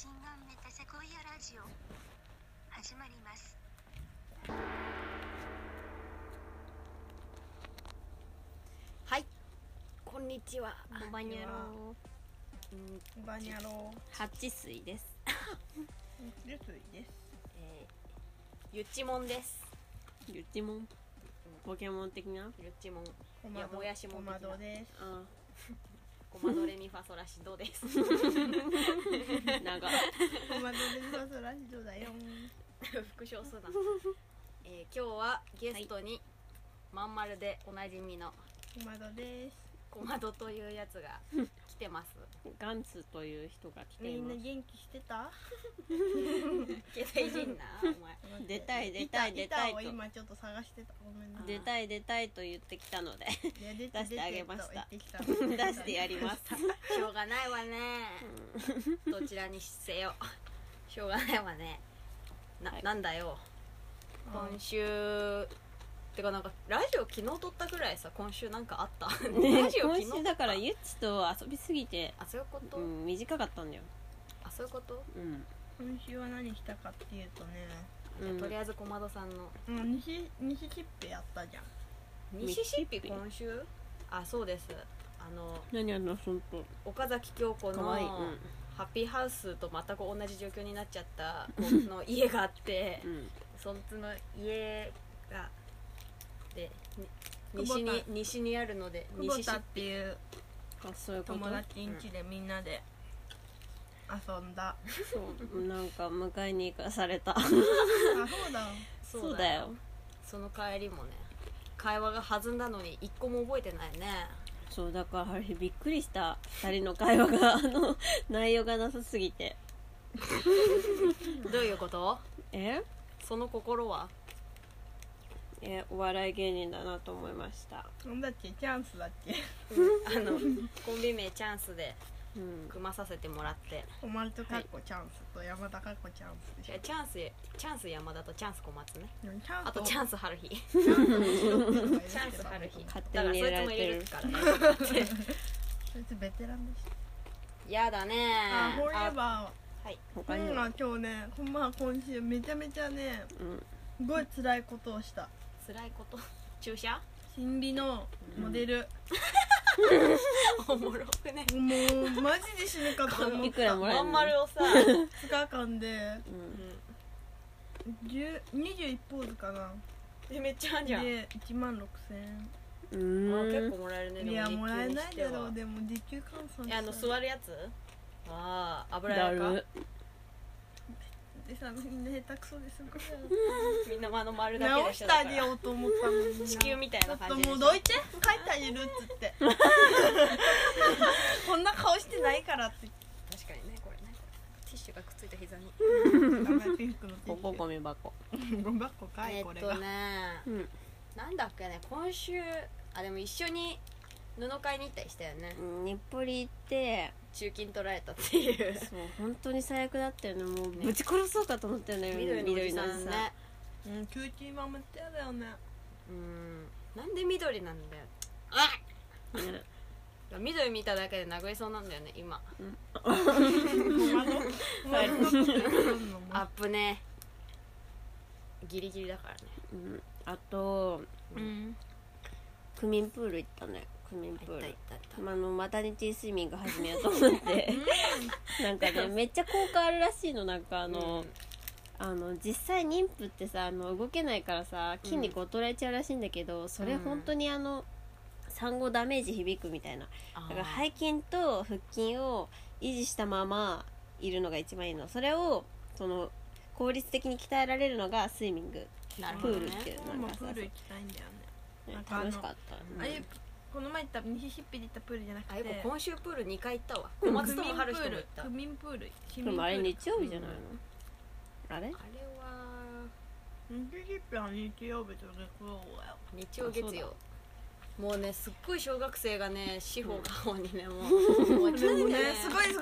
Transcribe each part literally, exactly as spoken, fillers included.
心眼メタセコイアラジオ始まります。 はい、こんにちは。 おばにゃろうんおばにゃろハチスイです。 ゆすいです。 えー、ゆちもんです。 ゆちもん、ポケモン的な。 ゆちもん、 こいやもやしもん的なこまどです。 あコマドレミファソラシドです。 長こまどです。そらしどだよ。 復唱すな。えー、今日はゲストに、まんまるでおなじみのこまどです。 コマドというやつが来てます。 ガンツという人が来てみいます。 んな元気してた？ 携帯いじんなお前。 出たい出たい出たいと板を今ちょっと探してた。ごめんな。 出たい出たいと言ってきたのでいや出出してあげました。 出てきた出してやります。 しょうがないわね。どちらにせよしょうがないわね。な、 はい、 なんだよ今週てかなんかラジオ昨日撮ったぐらいさ、今週なんかあった？ ね、 ラジオ今昨日週だからゆっちと遊びすぎて、 あ、そういうこと、 うん、短かったんだよ。 あ、そういうこと、 うん今週は何したかっていうとね、 じゃあとりあえず小窓さんのうん西西シップやったじゃん。 ミシシッピ今週、あ、そうです。あの何あのそんと岡崎京子のかわいい、うんハッピーハウスと全く同じ状況になっちゃった子の家があってうん、 その家がで久保田西に西にあるので久保田っ西シッていうあ、そういうこと。 友達ん家でみんなで遊んだ。 そうなんか迎えに行かされた。 あ、そうだ。 そうだよ。 その帰りもね、会話が弾んだのに一個も覚えてないね。 そうだからあれびっくりした、ふたりの会話があの内容がなさすぎて。 どういうこと？ えその心は？ えお笑い芸人だなと思いました。 なんだっけ、チャンスだっけ。 あのコンビ名チャンスでうん、 組まさせてもらって、 おまるとかっこチャンスと山田かっこチャンスでしょ。 チャンスチャンス山田とチャンス小松ね。 チャンスあとチャンス春日。チチャンャンス春日。 勝手だからそいつもに入れられてる入れるからね。 そいつベテランでしやだねた。あ、そういえばはい。 他には本が今日ね、ほんま今週めちゃめちゃね、 うんすごい辛いことをした。 辛いこと。注射？ 心理のモデル、 おもろくね。 もうマジで死ぬかと思いった。 くらもらえるの？ まん丸をさ、 ふつかかんでうんじゅうにじゅういちポーズかな。 え、めっちゃあんじゃん。 でいちまんろくせんえん。 うーん、 結構もらえるね。 いやもらえないだろう。 でも日給にしてはでも時給換算え、あのしたら座るやつ？ああ、油だやかる。 でさ、みんな下手くそですごいみんなあの丸だけ直でしてあげようと思ったのに地球みたいな感じでちょっともうどいて、書いてあげるっつってこんな顔してないからって確かにね、これね、ティッシュがくっついた膝に。 ダメピンクのティッシュここゴミ箱。 ゴミ箱かいえこれがっとね、 うんなんだっけね、今週、あ、でも一緒に布買いに行ったりしたよね。 日暮里行って中金取られたっていう。 そう本当に最悪だったよね。もうぶち殺そうかと思ったよね。 緑のおじさん緑のおじね。 うん、キューティーマンめっちゃ嫌だよね。 うん、なんで緑なんだよ。あさんね緑見ただけで殴りそうなんだよね今。 ごまのごまのこと言うのもアップね、ギリギリだからね。 うん、あとうん区民プール行ったね。区民プール行った行った行った。 まあ、あのマタニティスイミング始めようと思ってなんかねめっちゃ効果あるらしいの。なんかあの、あの実際妊婦ってさ、あの動けないからさ筋肉衰えちゃうらしいんだけど、それ本当にあの産後ダメージ響くみたいな。だから背筋と腹筋を維持したままいるのが一番いいの。それをその効率的に鍛えられるのがスイミング、 なるほどねプールっていう今なんかさプール行きたいんだよね。 ねなんかあの楽しかった、うんあれこの前行ったミシシッピで行ったプールじゃなくあ、 てよく今週プールにかい行ったわ。小松とも春日とも行った。 区民プール市でもあれ民プール日曜日じゃないの、あれあれはミシシッピは日曜日と月曜だよ。 日曜月曜。もうね、すっごい小学生がね四方八方にね、もうもうでもね、すごいすごいすごいんだ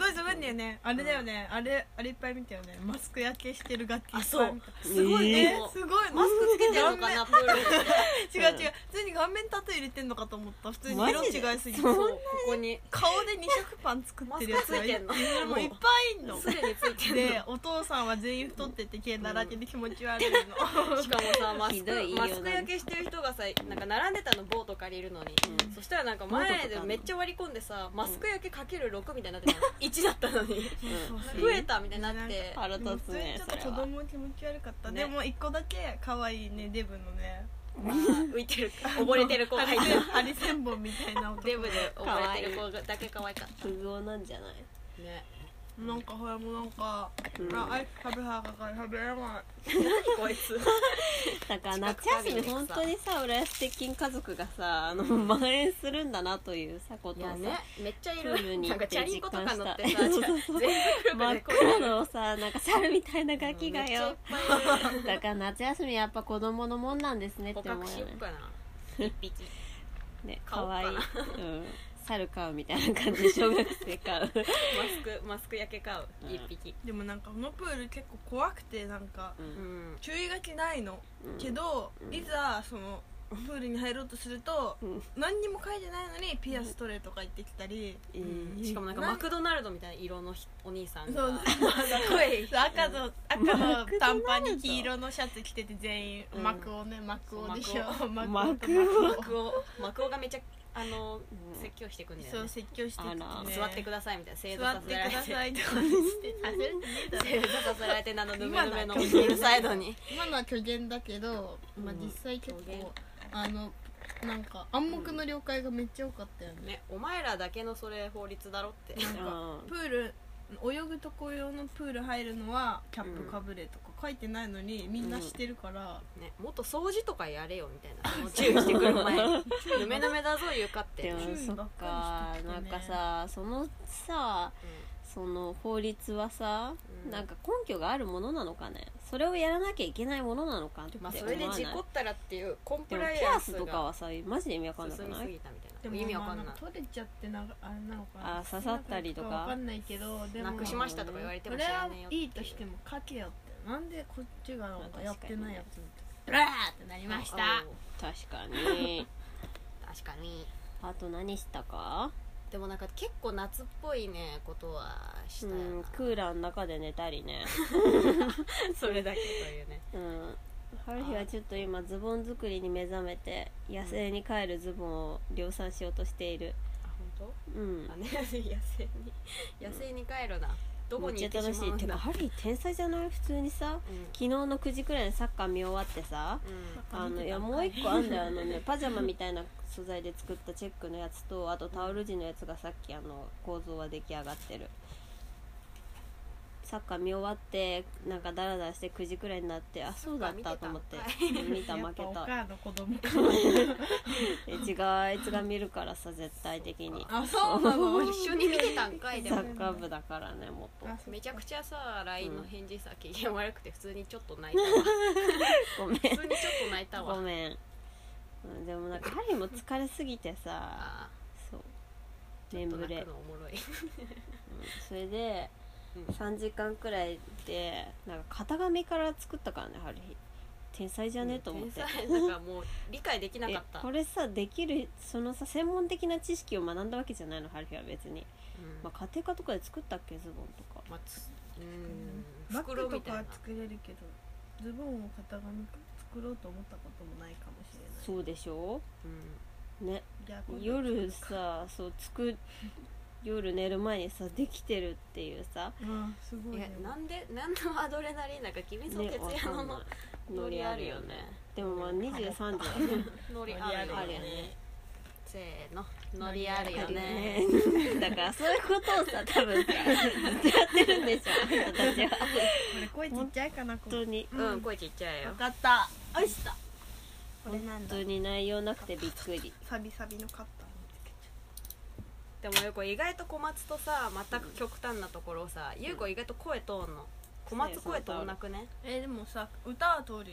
けねあれだよね、あれあれいっぱい見たよね、マスク焼けしてる楽器いっぱい見た。 あそうすごいね、 えーすごいマスクつけてるのかなプールで違う違う、普通に顔面タトゥー入れてんのかと思った。普通に色違いすぎて、 そうここに顔で二色パン作ってるやつがいマスクついてんのもういっぱいいんの。 すでについてるでお父さんは全員太ってて毛だらけで気持ち悪いの、 のしかもさマスひどいクマスク焼けしてる人がさなんか並んでたのボート借りるのに、 うんそしたらなんか前でめっちゃ割り込んでさマスク焼けかけるろくみたいになってたのいちだったのにうん増えたみたいになって腹立つねちょっと子それは供気持ち悪かった、 ねでも一個だけ可愛いねデブのね浮いてる溺れてる子がいハリるハリセンボンみたいな男デブで溺れてる子だけ可愛かっ不合なんじゃないたねなんかほらもうなんか、 うんあアイス食べはがから食べれない。 何こいつだから夏休み本当にさ浦安鉄筋家族がさあの蔓延するんだなというさことをさ、 いやねめっちゃいプールるに行ってなんかチャリンコとか乗ってさ実感した全部グルー真っプで黒のさなんか猿みたいなガキがめっちゃいっよぱいいるだから夏休みやっぱ子供のもんなんですねっ捕て思うよね獲しよっかな一匹ね買おうかなかわいい、うん、猿飼うみたいな感じで小学生飼うマスクマスク焼け買ううん一匹でもなんかこのプール結構怖くてなんかううんん注意書きないの、 うんけど、 うんいざそのプールに入ろうとすると、 うん何にも書いてないのにピアス取れとか言ってきたり、 えーしかもなんかマクドナルドみたいな色のお兄さんそうがすごい赤の赤の短パンに黄色のシャツ着てて全員うんマクオね、マクオでしょそうママクオクオマクオマクオがめっちゃあのうん説教してくんだそうよね説教してきて、ねあら、 座ってくださいみたいな正座座ってくさせられてださいとかしてさせてねえだろ正座させられてあのぬめぬめの今のヒルサイドに今のは虚言だけど、まあ、実際結虚言構あのなんか暗黙の了解がめっちゃ多かったよね、 ねお前らだけのそれ法律だろってなんかうんプール泳ぐとこ用のプール入るのはキャップかぶれとか書いてないのにみんなしてるから、 ねもっと掃除とかやれよみたいなその注意してくる前にぬめぬめだぞ床ってでも注意そっばっかかりしとくとねなんかさそのさその法律はさ、 うんなんか根拠があるものなのかねそれをやらなきゃいけないものなのかって思わないまあそれで事故ったらっていうコンプでもライピアスアンスがとかはさマジで意味わかんなく進みないすぎたみたいでもな意味わかんないまあ取れちゃってなあれなのかなあ刺さったりとかわかんないけどでもなくしましたとか言われてそれはも知らねえよっていいとしても書けよってなんでこっちがなんかやってないやつブラーってなりましたあ確かに確かにあと何したかでもなんか結構夏っぽいねことはしたようんなクーラーの中で寝たりねそれだけというねうん春日はちょっと今ズボン作りに目覚めて野生に帰るズボンを量産しようとしているあ本当うんあね野生に野生に帰るなどこめっちに行ってしゃ楽しいてまうんだかハリー天才じゃない普通にさうん昨日のくじくらいにサッカー見終わってさうんあのいやもう一個あんだよあのねパジャマみたいな素材で作ったチェックのやつとあとタオル地のやつがさっきあの構造は出来上がってるサッカー見終わってなんかダラダラしてくじくらいになってあそうだったと思って見た負けたやっぱお母の子供かえ違うあいつが見るからさ絶対的にあそうなの一緒に見てたんかいでもサッカー部だからねもっとあそうめちゃくちゃさ ライン の返事さ機嫌悪くて普通にちょっと泣いたわごめん普通にちょっと泣いたわごめんうんでもなんかハリーも疲れすぎてさあそうーちょっと眠れ泣くのおもろいうんそれでうんさんじかんくらいでなんか型紙から作ったからねハリー天才じゃねと思って天才なんかもう理解できなかえったこれさできるそのさ専門的な知識を学んだわけじゃないのハリーは別に、 うんまあ、家庭科とかで作ったっけズボンとかまあつうんバッ袋グとかはみたいな作れるけどズボンを型紙作ろうと思ったこともないかもしれないそうでしょうんね逆に夜さそう作夜寝る前にさできてるっていうさうんすごいねえなんでなんのアドレナリンなんか君のね徹夜ののわかんないノリあるよねでもまあにじゅうさんじだねノリあるよあるよねねせーのノリあるよあるよねねだからそういうことをさ多分さずっとやってるんでしょあんたたちはこれ声ちっちゃいかなこ本当にうん声ちっちゃいよ分かったおいしたこれ本なんだ当に内容なくてびっくりサビサビのカッター見つけちでもよこ意外と小松とさ全く極端なところをさ優子意外と声通んの小松声通んなくねゃうえでもさ歌は通るよ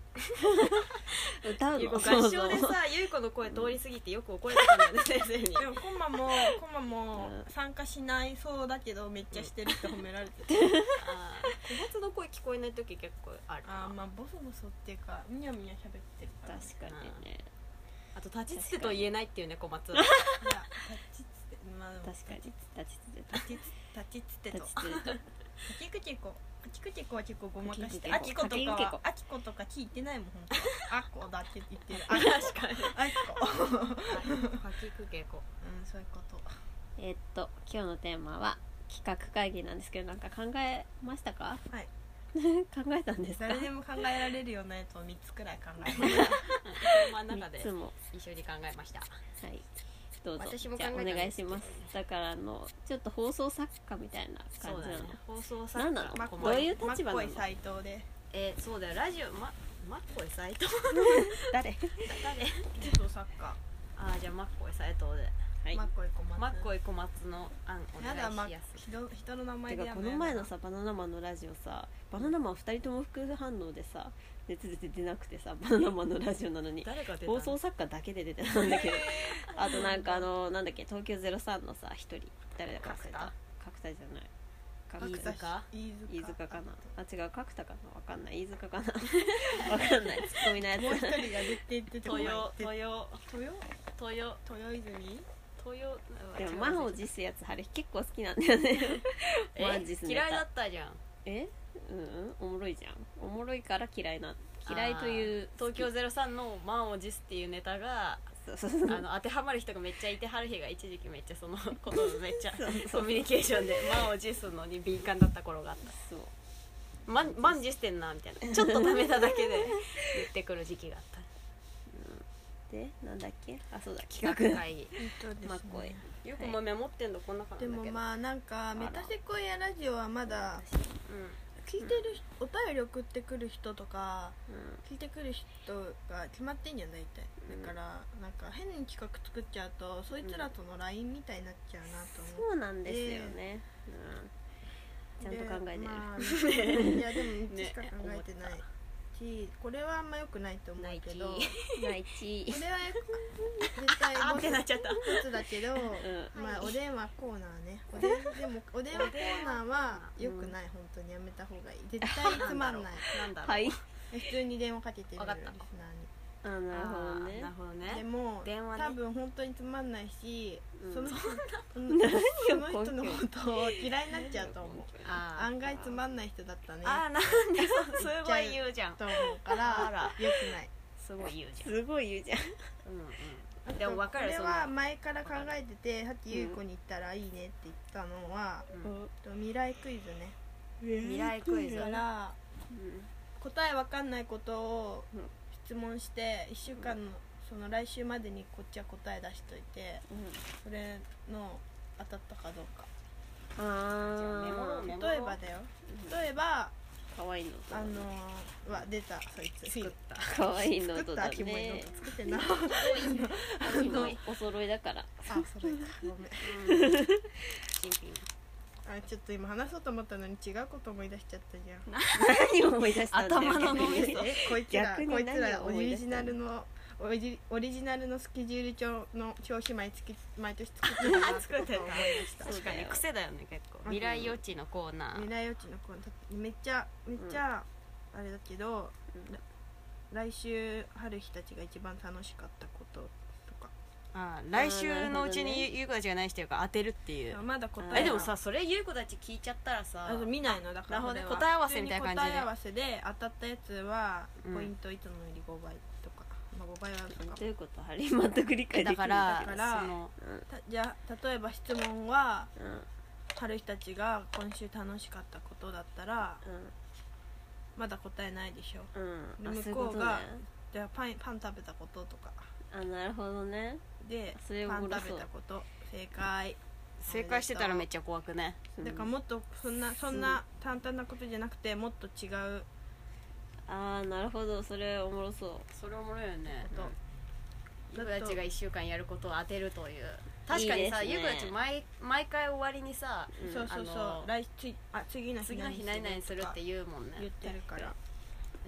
歌うのゆうこ合唱でさゆうこの声通り過ぎてよく怒られたんだよね先生にでもコマもコマもうん参加しないそうだけどめっちゃしてるって褒められててあー小松の声聞こえない時結構あるあーまあボソボソっていうかみにゃみにゃ喋ってるから、 確かにねあと立ちつてと言えないっていうね小松いや立ちつてまあでも確かに立ちつて立ちつ立ちつてと立ちつてとキクチコキクチコは結構ごまかしてキクチコアキコとかキクチコはアキコとか聞いてないもん本当アコだって言ってるあ確かにアキコかきくけこうんそういうことえーっと今日のテーマは企画会議なんですけど、なんか考えましたか？ はい考えたんですか？ 誰でも考えられるようなやつをみっつくらい考えました真ん中でいつも一緒に考えましたはいどうぞ私もじゃあお考えたんです願いします。だからあのちょっと放送作家みたいな感じなの、 そうだね放送作何なのマッコどういうマ立場なのッコイ斎藤でえーそうだよラジオまマッコイ斎藤誰？ 誰放送作家あーじゃあマッコイ斎藤ではいマッコイ小松マッコイ小松の案おやだま願いしやす人人の名前てかでやんのこの前のさバナナマンのラジオさバナナマンふたりとも副反応でさ熱出て出なくてさバナナマンのラジオなのに誰が出たの放送作家だけで出てたんだけどあとなんかあのなんだっけ東京ゼロさんのさ一人誰だか忘れた角田じゃない角飯田塚飯飯塚かなあ違う角田かなわかんない飯塚かなわかんないツッコミのやつもう一人が出て出てこない豊で豊豊豊豊泉豊でも満を持すやつあれ結構好きなんだよねえ満を持すネタ嫌いだったじゃんえうんおもろいじゃんおもろいから嫌いな嫌いというあー東京ゼロさんの満を持すっていうネタがそうそうそうあの当てはまる人がめっちゃいてはる日が一時期めっちゃそのことをめっちゃそうそうコミュニケーションで満を持すのに敏感だった頃があったそう満満持してんなみたいなちょっとダメなだけで言ってくる時期があったでなんだっけあそうだ企画会議マッコイよくもメモってんのこんな感じでだけどもまあなんかメタセコイアラジオはまだうん聞いてる人お便り送ってくる人とかう聞いてくる人が決まってんじゃん大体うんだからなんか変に企画作っちゃうとそいつらとの ライン みたいになっちゃうなと思そうなんですよね、うん、ちゃんと考えてる、 でまあいやでもみっつしか考ねえてないしこれはあんま良くないと思うけどないちないちこれは絶対あってなっちゃった一つだけど、 うんまあお電話コーナーねお電でもお電話コーナーは良くない、本当にやめた方がいい絶対つまんないなんだろうはい普通に電話かけてみるわかったリスナーにあなるほどあーねなるほどでねも、 電話ね多分本当につまんないし、 うんその人そ何をの人のことを嫌いになっちゃうと思うあー案外つまんない人だったねあーなんでそすごい言うじゃんと思うからあら良くないすごい言うじゃんすごい言うじゃんうんうんでも分かるそのこれは前から考えててさっき優子に言ったらいいねって言ったのは、 うんと未来クイズね未来クイズだから答えわかんないことをうん質問していっしゅうかんのその来週までにこっちは答え出しといてそれの当たったかどうかあメモろうーメモ例えばだよ例えばかわいいのあのー、わ出たそいつ作ったかわいいの作ったとだキモいノーねト作ってんなああのお揃いだからそれかごめんうん新品あちょっと今話そうと思ったのに違うこと思い出しちゃったじゃん何を思い出したんだよ頭の脳みそえこいつら逆にこいつら何をオリジ思い出したナルのオリジオリジナルのスケジュール帳の表紙毎月毎年作ってたなってことを思い出したそうだよ確かに癖だよね結構未来予知のコーナー未来予知の子めっちゃめっちゃあれだけど、来週春日たちが一番楽しかったこととかあー来週のうちにゆう子たちが何してるか当てるっていうまだ答ええでもさそれゆう子たち聞いちゃったらさあ見ないのだからなるほどねそれは答え合わせみたいな感じで普通に答え合わせで当たったやつはうんポイントいつもよりごばいとか、まあ、ごばいはとかどういうことハリー全く理解できないだからだからそのたじゃあ例えば質問はうんうん春日たちが今週楽しかったことだったらまだ答えないでしょうんあでそういうことね向こうがじゃあパンパン食べたこととかあなるほどねでそれおパン食もろそうべたこと正解正解してたらめっちゃ怖くねだからもっとそんなそんな簡単なことじゃなくてもっと違うああなるほどそれおもろそうそれおもろいよねことゆう子たちがいっしゅうかんやることを当てるという確かにさいいですねゆう子たち毎毎回終わりにさそうそうそあのう来つあ次の日次の日何々するって言うもんね言ってるから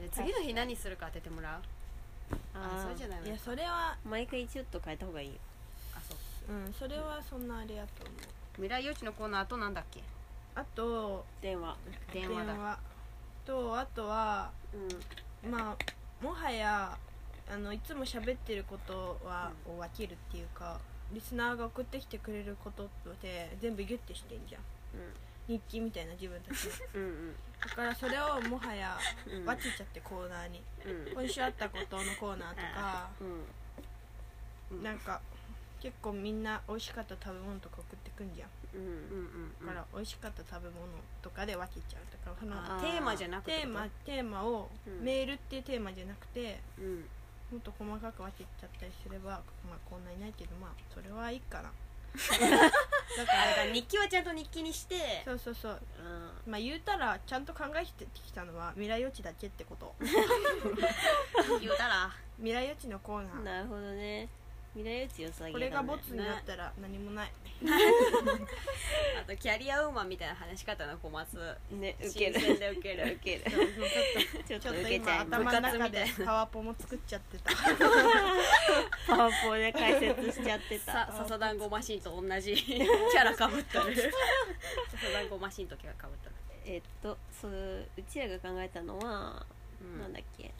で次の日何するか当ててもらう。ああそうじゃないわ。 いやそれは毎回ちょっと変えた方がいいよ。 あそう。 うんそれはそんなあれやと思う。 未来予知のコーナーとなんだっけ。 あと電話。 電話だ。 電話とあとはうんまあもはやあのいつも喋ってることは、を分けるっていうかリスナーが送ってきてくれることで全部ギュッてしてんじゃん。日記みたいな自分たちのうんうんだからそれをもはやうん分けちゃってコーナーにうん今週あったことのコーナーとかうんなんか結構みんな美味しかった食べ物とか送ってくんじゃん。 うんうんうんうん。 だから美味しかった食べ物とかで分けちゃうだからそのあテーマじゃなくてテーマテーマを、 うんメールっていうテーマじゃなくてうんもっと細かく分けちゃったりすればまあこんなにないけどまあそれはいいかなだかあだから日記はちゃんと日記にしてらそうそうそうあまあ言うたらちゃんと考えてきたのは未来予知だけってこと言うたら未来予知のコーナーーなるほどね。未来予知よさげだね。 これがボツになったら何もないあとキャリアウーマンみたいな話し方の小松ねウケる新鮮でウケるウケる。ちょっちょっととウケちゃ今います。 頭の中でパワポも作っちゃってたパワポで解説しちゃってさた。 笹団子マシンと同じキャラかぶってる笹団子マシンとキャラかぶってる。 えっとそううちらが考えたのは、 うんなんだっけ。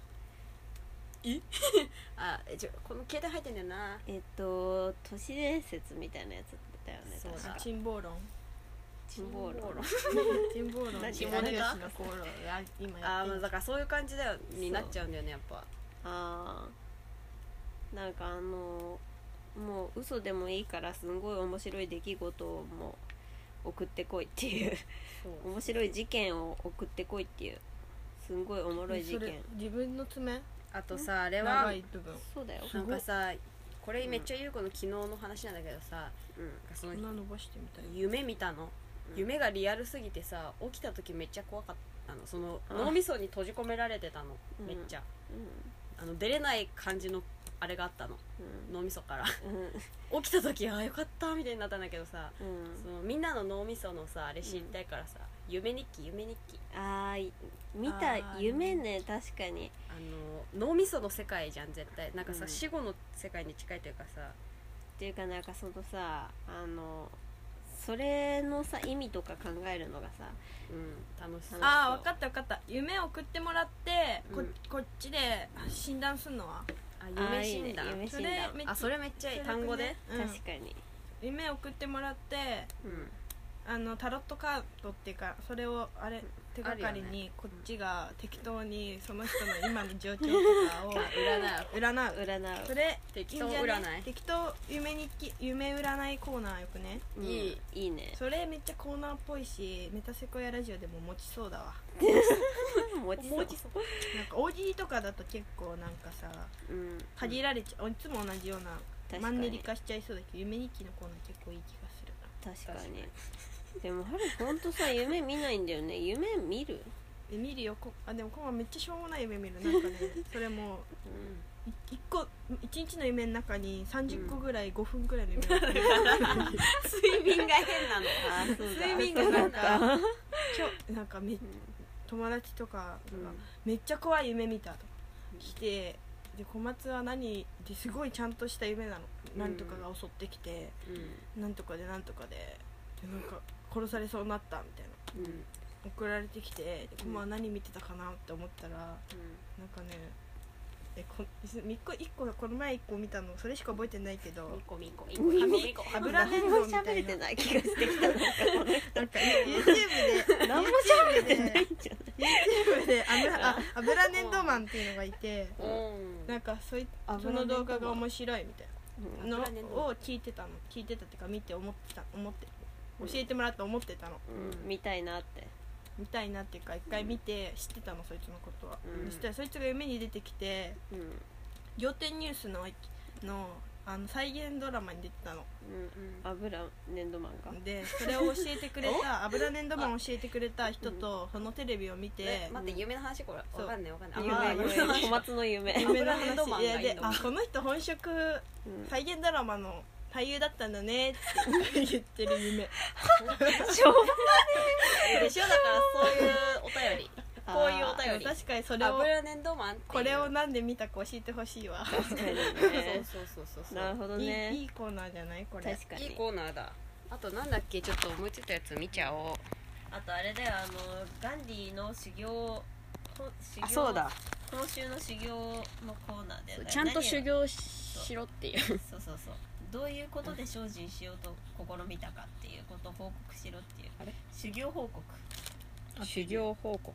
あえちょこの携帯入ってんだよな。 えっと都市伝説みたいなやつだよね。 そうだ確か珍謀論珍謀論。 珍謀論何未来予知のコーナーや今やってるあーまあだからそういう感じだよになっちゃうんだよねやっぱ。 あーなんかあのもう嘘でもいいからすんごい面白い出来事をもう送ってこいっていうそう面白い事件を送ってこいっていうすんごいおもろい事それ件。 自分の爪あとさあれは長い部分そうだよ。 なんかさこれめっちゃ優子の昨日の話なんだけどさ、 うんなんかそのこんな伸ばしてみたい夢見たの、 うん夢がリアルすぎてさ起きた時めっちゃ怖かったの。そのあ脳みそに閉じ込められてたの、 うんめっちゃうあの出れない感じのあれがあったのん脳みそからうん起きた時ああよかったみたいになったんだけどさ、 うんそのみんなの脳みそのさあれ知りたいからさ、夢日記夢日記あーい見たあー夢ね確かに。 あの脳みその世界じゃん絶対なんかさ、 うん死後の世界に近いというかさっていうかなんかそのさあのそれのさ意味とか考えるのがさうん楽しそう。 ああ分かった分かった夢を送ってもらってこ,、 うんこっちで診断すんのはあ夢診断あーいいね夢そ診断れめっちゃあそれめっちゃいいそれ単語で、 ねうん確かに。 夢送ってもらってうんあのタロットカードっていうかそれをあれ手がかりあるよにこっちが適当にその人の今の状況とかを占う占う占うそれ適当いいんじゃね占い適当夢日記夢占いコーナーよくねうんいいいいね。 それめっちゃコーナーっぽいしメタセコヤラジオでも持ちそうだわ持ちそう。 なんか大喜利とかだと結構なんかさうん限られちゃういつも同じような確かにマンネリ化しちゃいそうだけど夢日記のコーナー結構いい気がする確かに。でもはるほんとさ夢見ないんだよね。夢見る。 え見るよこあでも今晩めっちゃしょうもない夢見るなんかねそれもうんい一個一日の夢の中にさんじゅっこぐらいごふんぐらいの夢がある睡眠が変なのあーそうだ睡眠がそうだなんか今日なんかめ友達とかが、めっちゃ怖い夢見たと来てで小松は何ですごいちゃんとした夢なの、 うんなんとかが襲ってきてうんなんとかでなんとかででなんか殺されそうになったみたいなうん送られてきてで小松は何見てたかなって思ったらなんかねえこみっこいっここの前いっこ見たのそれしか覚えてないけどミコミコミコミコミコ油粘土みた喋れいなてない気がしてきたなんかこの人なんか YouTube で何も喋れてないんじゃない。 YouTube で油あ油粘土マンっていうのがいてうんなんかそいそ油粘土マンの動画が面白いみたいうんなの油粘土マンを聞いてたの聞いてたっていうか見て思ってた思って教えてもらって思ってたのうん見たいなって。 見たいなっていうか一回見て知ってたのそいつのことは、 うんそしたらそいつが夢に出てきてうんうん仰天ニュースののあの再現ドラマに出てたの油粘土マンが。 でそれを教えてくれた油粘土マンを教えてくれた人とそのテレビを見て、 え待って夢の話これそうわかんないわかんない夢あー夢の話小松の夢。 夢の油粘土マン話いやでがいいのあこの人本職うん再現ドラマの俳優だったんだねって言ってる夢しょうでしょだからそういうお便りあーこういうお便より確かにそれを油粘土マンっていうこれをなんで見たか教えてほしいわ確かにねそうそうそうそうなるほどいいねいいコーナーじゃないこれ確かにいいコーナーだ。あとなんだっけ、ちょっと思いついたやつ見ちゃおう。 あとあれだよ、あのガンディの修行ほ修行あ、そうだ、 今週の修行のコーナーで、ね、 ちゃんと修何を行しろっていうそうそうそうどういうことで精進しようと試みたかっていうことを報告しろっていうあれ修行報告修行報告。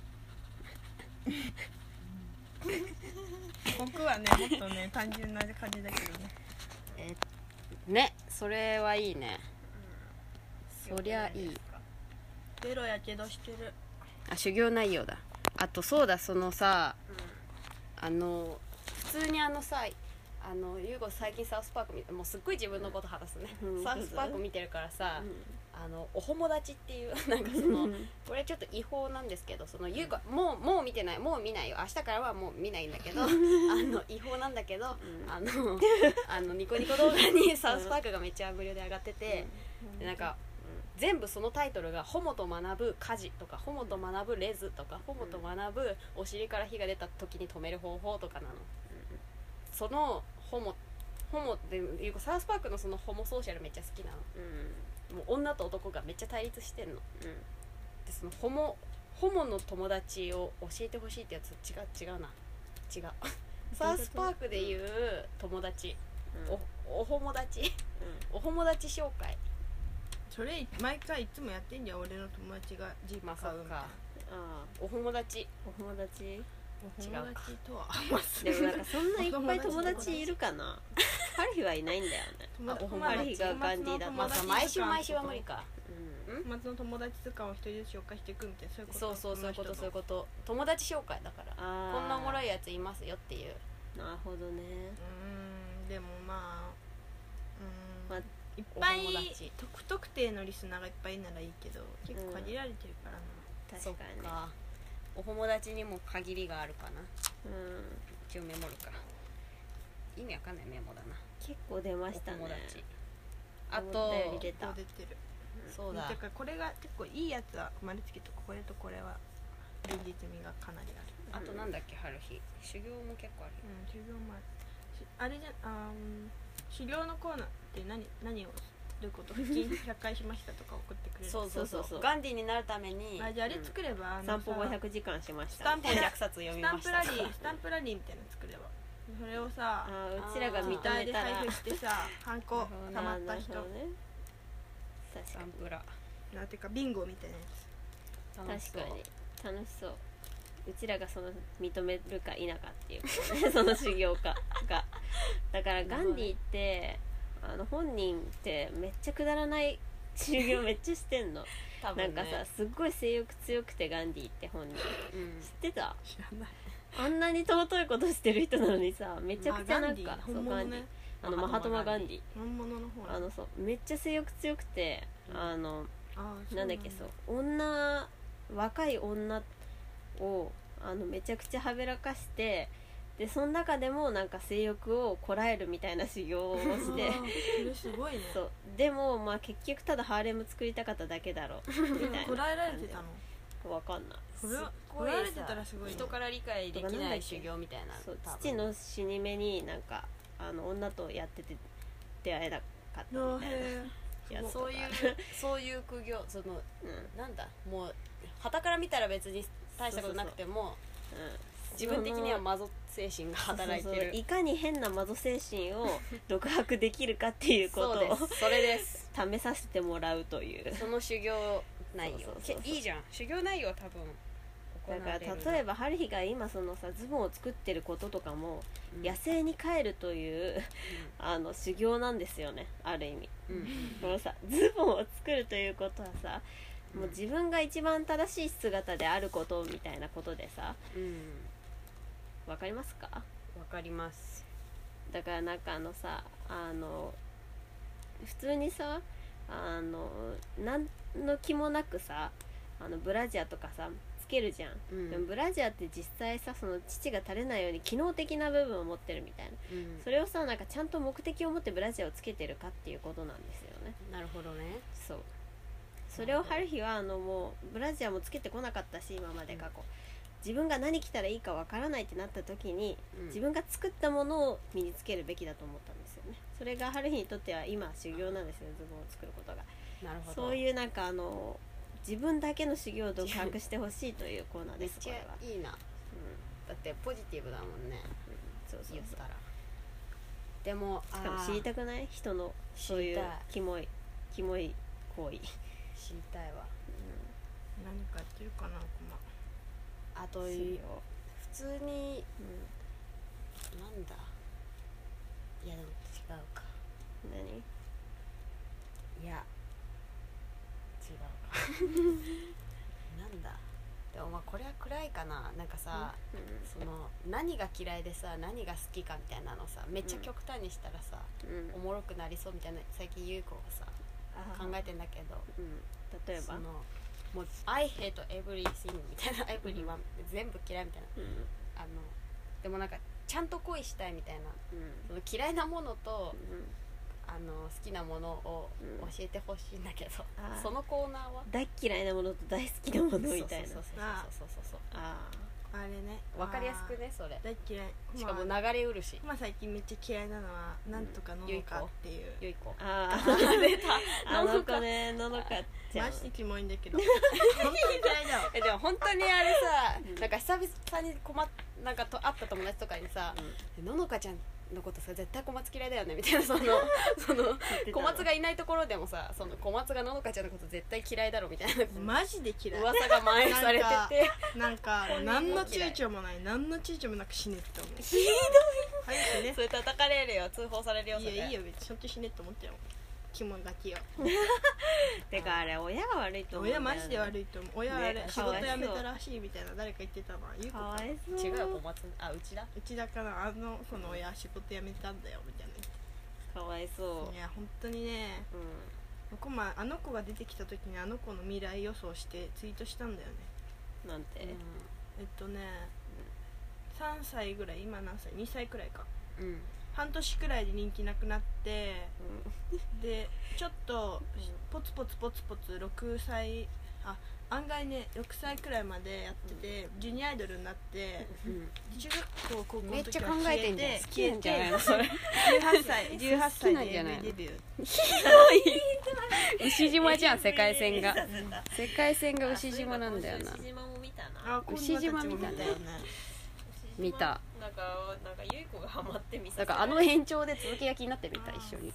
僕はねもっとね単純な感じだけどねえね、それはいいね、そりゃいい。 ベロやけどしてるあ、修行内容だ。あとそうだ、そのさ、あの普通にあのさ、あのユーゴ最近サウスパーク見て、もうすっごい自分のこと話すね、 うんサウスパーク見てるからさ、 うんあのお友達っていうなんかそのこれちょっと違法なんですけど、そのユーゴもうもう見てない、もう見ないよ、明日からはもう見ないんだけどあの違法なんだけど、あのあのニコニコ動画にサウスパークがめっちゃ無料で上がってて、でなんか全部そのタイトルが「ホモと学ぶ家事」とか「ホモと学ぶレズ」とか「ホモと学ぶお尻から火が出た時に止める方法」とかなの。そのホモホモでいうかサウスパークのそのホモソーシャルめっちゃ好きなの。もう女と男がめっちゃ対立してんの。でそのホモホモの友達を教えてほしいってやつ違う違うな違うサウスパークでいう友達、おお友達お友達紹介。 それ毎回いつもやってんじゃん俺の友達がジープまあそっ買うみたいなか、 あお友達お友達お友達とはでもなんかそんないっぱい友達いるかなハルヒはいないんだよね友達あお友達友達がガンディだまあさ毎週毎週は無理か。 うん友達の友達とかを一人ずつ紹介していくみたいなそういうことそうそうそういうことそういうここと友達紹介だから、 あーこんなおもろいやついますよっていう。 なるほどねとうーんでもまあうーん、 まあいっぱいお友達特特定のリスナーがいっぱいいるならいいけど結構限られてるからな、 そっ確かにねか、お友達にも限りがあるかな。 うん一応メモるか。意味わかんないメモだな。 結構出まおしたね友達。あ思ったよりと出たこう出てるそうだだからこれが結構いいやつは丸つけとこれとこれは現実味がかなりあるあとなんだっけ、春日修行も結構あるよ。 うん修行もあるしあれじゃあーうん修行のコーナーって何何をどういうこと腹筋ひゃっかいしましたとか送ってくれるそうそうそうそうそうそうガンディになるためにあじゃああれ作れば、あの散歩さごひゃくじかんしましたスタンプひゃくさつ読みスタンプましたラリースタンプラリーみたいなの作ればそれをさあーうちらが認めツイッターでたら配布してさハンコたまった人なるほどね確かにスタンプラなんていうかビンゴみたいなやつ楽しそう確かに楽しそううちらがその認めるか否かっていうことねその修行家がだからガンディってあの本人ってめっちゃくだらない修行めっちゃしてんの、 多分ねなんかさすっごい性欲強くてガンディって本人うん知ってた知らないあんなに尊いことしてる人なのにさめちゃくちゃなんかあガンディそう本物ねガンディあのマハトマガンディ本物の方あのそうめっちゃ性欲強くて、 うんあのあーなんだっけそう女若い女をあのめちゃくちゃはべらかしてでその中でもなんか性欲をこらえるみたいな修行をしてあーそれすごいねそうでもまあ結局ただハーレム作りたかっただけだろうみたいこならえられてたのわかんないそれはすっごいさこらえられてたらすごいね人から理解できない修行みたいなそう多分父の死に目になんかあの女とやってて出会えなかったみたいなへやつとかそういうそういう苦行そのうんなんだもう傍から見たら別に大したことなくてもうん自分的にはマゾ精神が働いてるそうそういかに変なマゾ精神を独白できるかっていうことをそうですそれです試させてもらうというその修行内容そうそうそうそうけいいじゃん修行内容は多分行だからわれる例えばハルヒが今そのさズボンを作ってることとかも、 うん野生に帰るというあの修行なんですよねある意味うんうんこのさズボンを作るということはさもう自分が一番正しい姿であることみたいなことでさうんわかりますか？ わかりますだからなんかあのさあの普通にさあの何の気もなくさあのブラジャーとかさつけるじゃん、 うんでもブラジャーって実際さその乳が垂れないように機能的な部分を持ってるみたいなうんそれをさなんかちゃんと目的を持ってブラジャーをつけてるかっていうことなんですよねなるほどねそうそれを春日はあのもうブラジャーもつけてこなかったし今まで過去、 自分が何着たらいいかわからないってなった時に、 うん自分が作ったものを身につけるべきだと思ったんですよね。それが春日にとっては今修行なんですよ、ズボンを作ることが。 なるほど。 そういうなんかあの自分だけの修行を独白してほしいというコーナーめっちゃですこれは。 いいな。だってポジティブだもんね、 そうそうそう。 言ったら。でもしかも知りたくない人のそういう知りたいキモいキモい行為。 知りたいわ。 何かやってるかなコマ。 あとするよ。 普通になんだ、いやでも違うか、 何？ いや違うかなんだ、でもまあこれは暗いかな。なんかさ、その何が嫌いでさ何が好きかみたいなのさめっちゃ極端にしたらさ、 うん。 おもろくなりそうみたいな最近優子がさあ考えてんだけど、 うん。例えば。 そのもう I hate everything みたいな everyone 全部嫌いみたいな、 うんあのでもなんかちゃんと恋したいみたいな、 うんその嫌いなものとうん。 あの好きなものをうん教えてほしいんだけど、 あーそのコーナーは大嫌いなものと大好きなものみたいな。 そうそうそうそうそうそうああれね、 わかりやすくねそれ。 大嫌い。 しかもまあ流れうるし、 まあ最近めっちゃ嫌いなのはなんとかののかっていう、 ゆいこあ。ああ。 出たあの子ね、ののかちゃんマ。ジでキモいんだけど本当に嫌いだわ。 えでも本当にあれさ、なんか久々に困っなんかと会った友達とかにさ「ののかちゃんのことさ絶対小松嫌いだよね」みたいな、そのその小松がいないところでもさ、その小松がののかちゃんのこと絶対嫌いだろみたいなマジで嫌い。 噂が蔓延されててなんか本人も何の嫌い躊躇もない、何の躊躇もなく死ねって思う。 ひどい。 早くね。 それ叩かれるよ、通報されるよ。それいやいいよ、別にちゃんと死ねって思ってよ。キモガキよ。 てかあれ親が悪いと思うんだよね。 親マジで悪いと思う。親あれね仕事辞めたらしいみたいな誰か言ってたのはゆうこかわかいそう。 違うよ小松、あうちだ。 うちだからあのその親仕事辞めたんだよみたいな言ってかわいそう。 いや本当にね、 うこまあの子が出てきた時にあの子の未来予想してツイートしたんだよね。 ん。なんて。 えっとね、さんさいぐらい、今何歳、にさいくらいか、 うん、うん、 半年くらいで人気なくなってでちょっとポツポツポツポツろくさい、あ案外ねろくさいくらいまでやってて、ジュニアアイドルになって中学校高校の時はめっちゃ考えてんじゃん。好きなんじゃないのそれ。 じゅうはっさいじゅうはっさいで エム好きなんじゃないのデビュー。 牛島じゃん、世界線が。世界線が牛島なんだよな。 牛島も見たな。 あ牛島見たねたよね。 見た。 なんかなんかゆい子がハマって見させだからあの延長で続きが気になってみた一緒に。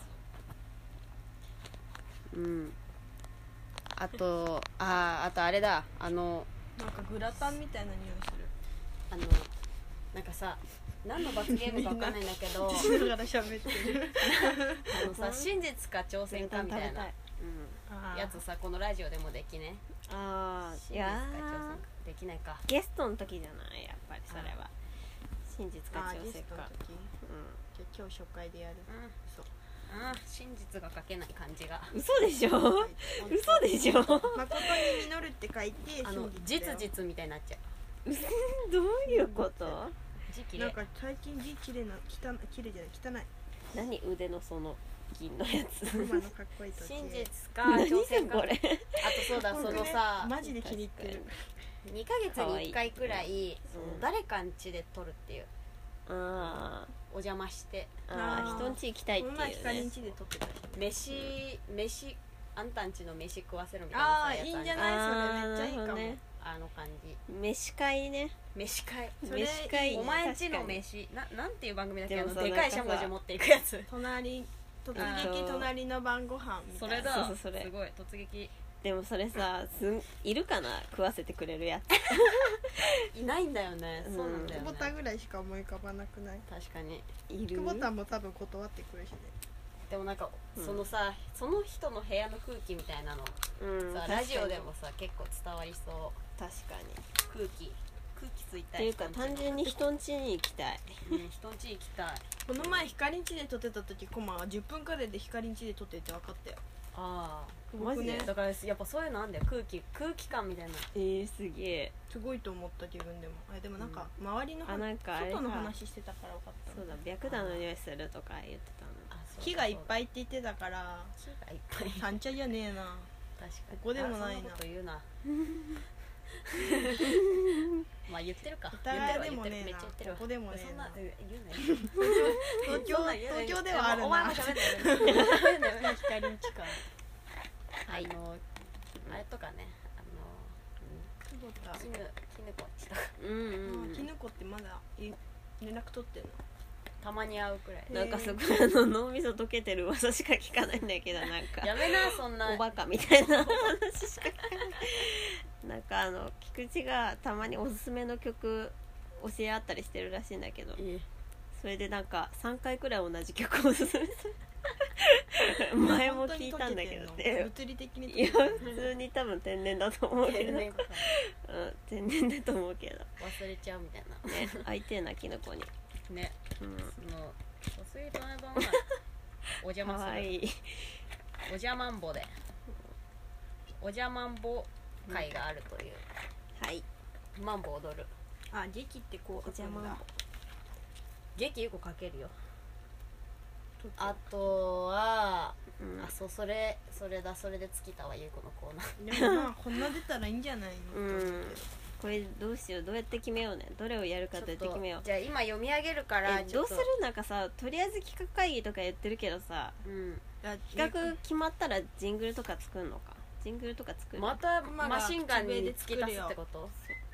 うん。あとああとあれだ、あのなんかグラタンみたいな匂いする。 あのなんかさ、何の罰ゲームかわかんないんだけど、 しながら喋ってる。 あのさ真実か挑戦かみたいな食べたい。うん。 やつさ、このラジオでもできね。 ああ。い真実かや挑戦かできないか。 ーゲストの時じゃないやっぱりそれは。真実かあーゲ調整か。 ストの時。じゃあ今日初回でやる。 うんそう。 うん、真実が書けない感じが。 嘘でしょ。嘘でしょ。 誠に実るって書いてあの真だよ実実みたいになっちゃう。 どういうこと？ 字綺麗。 なんか最近字綺麗な汚い綺麗じゃない何腕のその銀のやつ。 汚い今のかっこいいと真実か何挑戦か。 これ。 あとそうだ、そのさ、 マジで気に入ってる。 にかげつにいっかいくらいそうんの誰かん家で撮るっていう、 あお邪魔してーあー、 あー人んち行きたいってこの前いうね。 光んちで撮ってたし飯飯あんたんちの飯食わせるみたいああなさやついいんじゃあるないそれめっちゃいいかも、 あーなるほどねあの感じ。 飯会ね。 飯会。 それ飯会。 お前んちの確かに飯ななんていう番組だっけ、あでもさのでかいしゃなんかさもじ持っていくやつ。 隣突あ撃ー隣の晩ご飯みたいなそれだ。 そうそうそれすごい突撃。 でもそれさ、すんいるかな食わせてくれるやいないんだよね。 うんそうなんだよね久保。田ぐらいしか思い浮かばなくない？ 確かに。 ついる。 久保田も多分断ってくるしね。 でもなんか、 うんそのさその人の部屋の空気みたいなのうん、 さ、 確かにラジオでもさ結構伝わりそう。 確かに。 空気空気ついたいっていうか単純に人ん家に行きたい。 うん、人ん家行きたい。 この前光んちで撮ってた時コマはじゅっぷんくらいで光んちで撮ってって分かったよ。 あマジで僕ねあだからやっぱそういうのあんだよ、空気空気感みたいな。 えー、すげえ。 すごいと思った自分でも。あでもなんか周りのあなんかあれ外の話してたから分かった。 そうだ、白檀の匂いするとか言ってたの。 あそうだ木がいっぱいいって言ってたから木がいっぱい三茶じゃねえな。 確かにここでもないなあそんなこと言うな。 まあ言ってるか世田谷でもねえな言ってるわ言ってるめっちゃ言ってるわここでもねえなそんな言うなよ東京東京ではあるなお前も喋んない喋んないよ光んちかあのあれとかねあ久保田の絹絹子ちとかうんうんきぬこってまだい連絡取ってんのたまに会うくらいなんかすごいあの脳みそ溶けてる噂しか聞かないんだけどなんかやめなそんなおバカみたいな話しか聞かないなんかあの菊池がたまにおすすめの曲教え合ったりしてるらしいんだけどえそれでなんかさんかいくらい同じ曲をおすすめする前も聞いたんだけどね物理的にいや普通に多分天然だと思うけど、うん、 天然か天然だと思うけど忘れちゃうみたいなね相手なキノコにねうんそのおすぎとねばんはお邪魔するかわいいお邪魔んぼでお邪魔んぼ会があるという、 はいマンボ踊るあ劇ってこうお邪魔んぼ劇よくかけるよあとは、 うんあそうそれそれだそれで尽きたわゆうこのコーナーでもまあこんな出たらいいんじゃないのうんこれどうしようどうやって決めようねどれをやるかどうやって決めようじゃあ今読み上げるからえちょっとどうするなんかさとりあえず企画会議とか言ってるけどさうん企画決まったらジングルとか作るのかジングルとか作るまた熊がマシンガンに突き出すってこと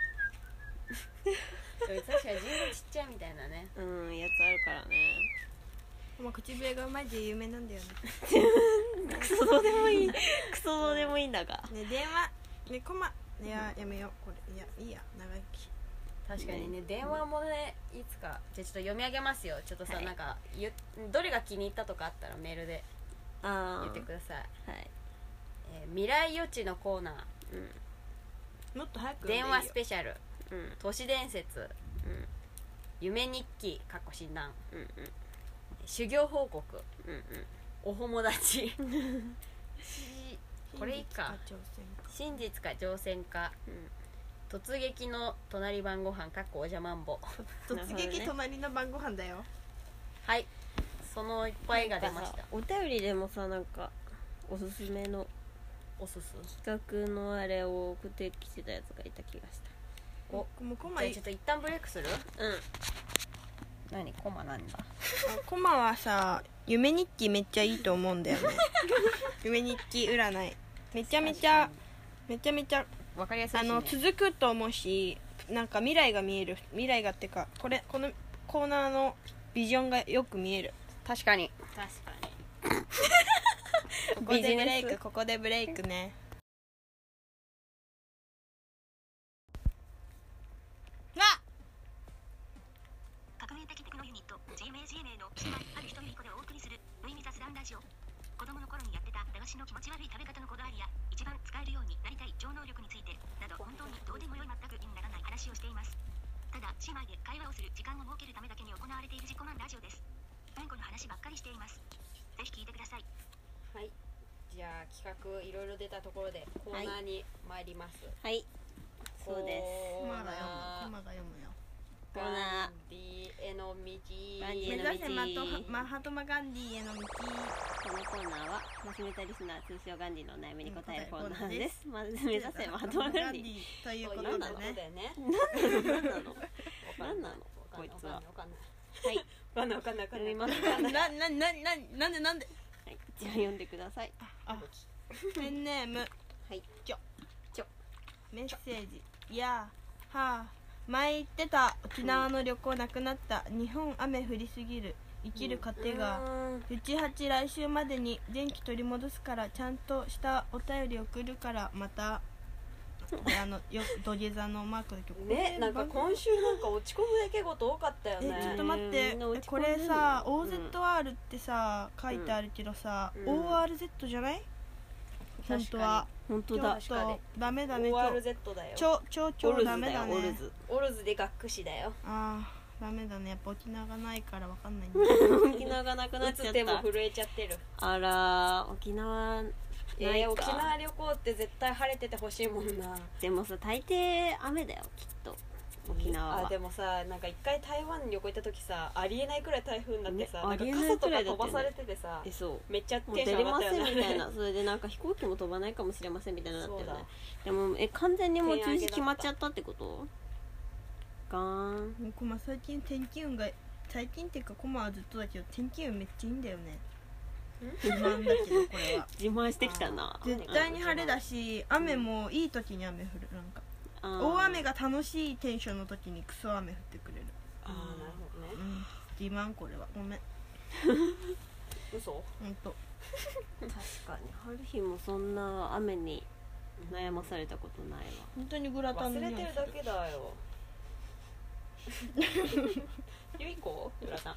でも確かにジングルちっちゃいみたいなねうんやつあるからねまあ口笛がうまいで有名なんだよねクソどうでもいいクソどうでもいいんだがね電話ねコマいややめようこれいやいいや長生き確かにね電話もねいつかじゃあちょっと読み上げますよちょっとさ、 はいなんかゆどれが気に入ったとかあったらメールであ言ってください、 はいえー未来予知のコーナーうんもっと早く電話スペシャルうん都市伝説うん夢日記かっこ診断うんうん修行報告うんうんお友達しこれいいか挑戦真実か乗船か突撃の隣晩ご飯かっこおじゃまんぼ突撃隣の晩ご飯だよはいそのいっぱいが出ましたお便りでもさなんかおすすめのおすす企画のあれを送ってきてたやつがいた気がしたおもうコマいじゃあちょっと一旦ブレイクするうん何コマなんだコマはさ夢日記めっちゃいいと思うんだよね夢日記占いめちゃめちゃめちゃめちゃわかりやすいし、ね、 あの続くと思うしなんか未来が見える未来がってかこれこのコーナーのビジョンがよく見える確かに確かにここでブレイビジネスクここでブレイクねあ革命的テクノユニット ジーエムエージーエムエー の姉妹ある一人っ子でお送りする無意味雑談ラジオ子供の頃にやってた駄菓子の気持ち悪い食べ方のこだわりや一番使えるようになりたい超能力についてなど本当にどうでもよい全く意にならない話をしています。ただ姉妹で会話をする時間を設けるためだけに行われている自己満ラジオです。うんこの話ばっかりしています。ぜひ聞いてください。 はいじゃあ企画いろいろ出たところでコーナーに参ります、 はいそうですコーナコマが読むコーマが読むよコーナーガンディへの道ガンディへの目指せマトマハトマガンディへの道このコーナーはマスメタリスナー通称ガンディのお悩みに答えるコーナーです、まず目指せマハトマガンディということでそういうことねだよね何なの何なのこいつはわかんないはいわかんないわかんないわかんない読みますかなななななんでなんではいじゃあ読んでくださいあペンネームはいちょちょメッセージいやーはあ前言ってた沖縄の旅行なくなった、日本雨降りすぎる生きる糧が、うちはち来週までに元気取り戻すからちゃんとしたお便り送るからまたあのよ土下座のマークだけどねなんか今週なんか落ち込む出来事多かったよねえちょっと待ってみんな落ち込こんでるれさ、 うんオーゼットアール ってさ書いてあるけどさ、 うんオーアールゼット じゃない本当は本当だちょっとダメだねオーアールゼット だよ超超オ超ルズだダメだねよオルズオルズで学士だよあーダメだねやっぱ沖縄がないからわかんないんだ沖縄がなくな打っちゃっつ手もた震えちゃってるあら沖縄えないかー、沖縄旅行って絶対晴れててほしいもんなでもさ大抵雨だよきっと沖縄はあでもさなんか一回台湾に旅行行った時さありえないくらい台風になってさ、 ねなんかありえない傘とくらいだったよねか飛ばされててさ、 えそうめっちゃもうテンション上が出れませったよねんみたいなそれでなんか飛行機も飛ばないかもしれませんみたいなのになってるねそうだでもえ完全にもう中止決まっちゃったってことかん。 もうコマ最近天気運が最近っていうかコマはずっとだけど天気運めっちゃいいんだよね。自慢だけどこれは自慢してきたな。 絶対に晴れだし雨もいい時に雨降る。なんかあー大雨が楽しいテンションの時にクソ雨降ってくれる。 ああなるほどね。 うん自慢これはごめん嘘？ ほんと確かに春日もそんな雨に悩まされたことないわ。 本当にグラタン忘の匂いすれてるだけだよ。ゆいこグラタン。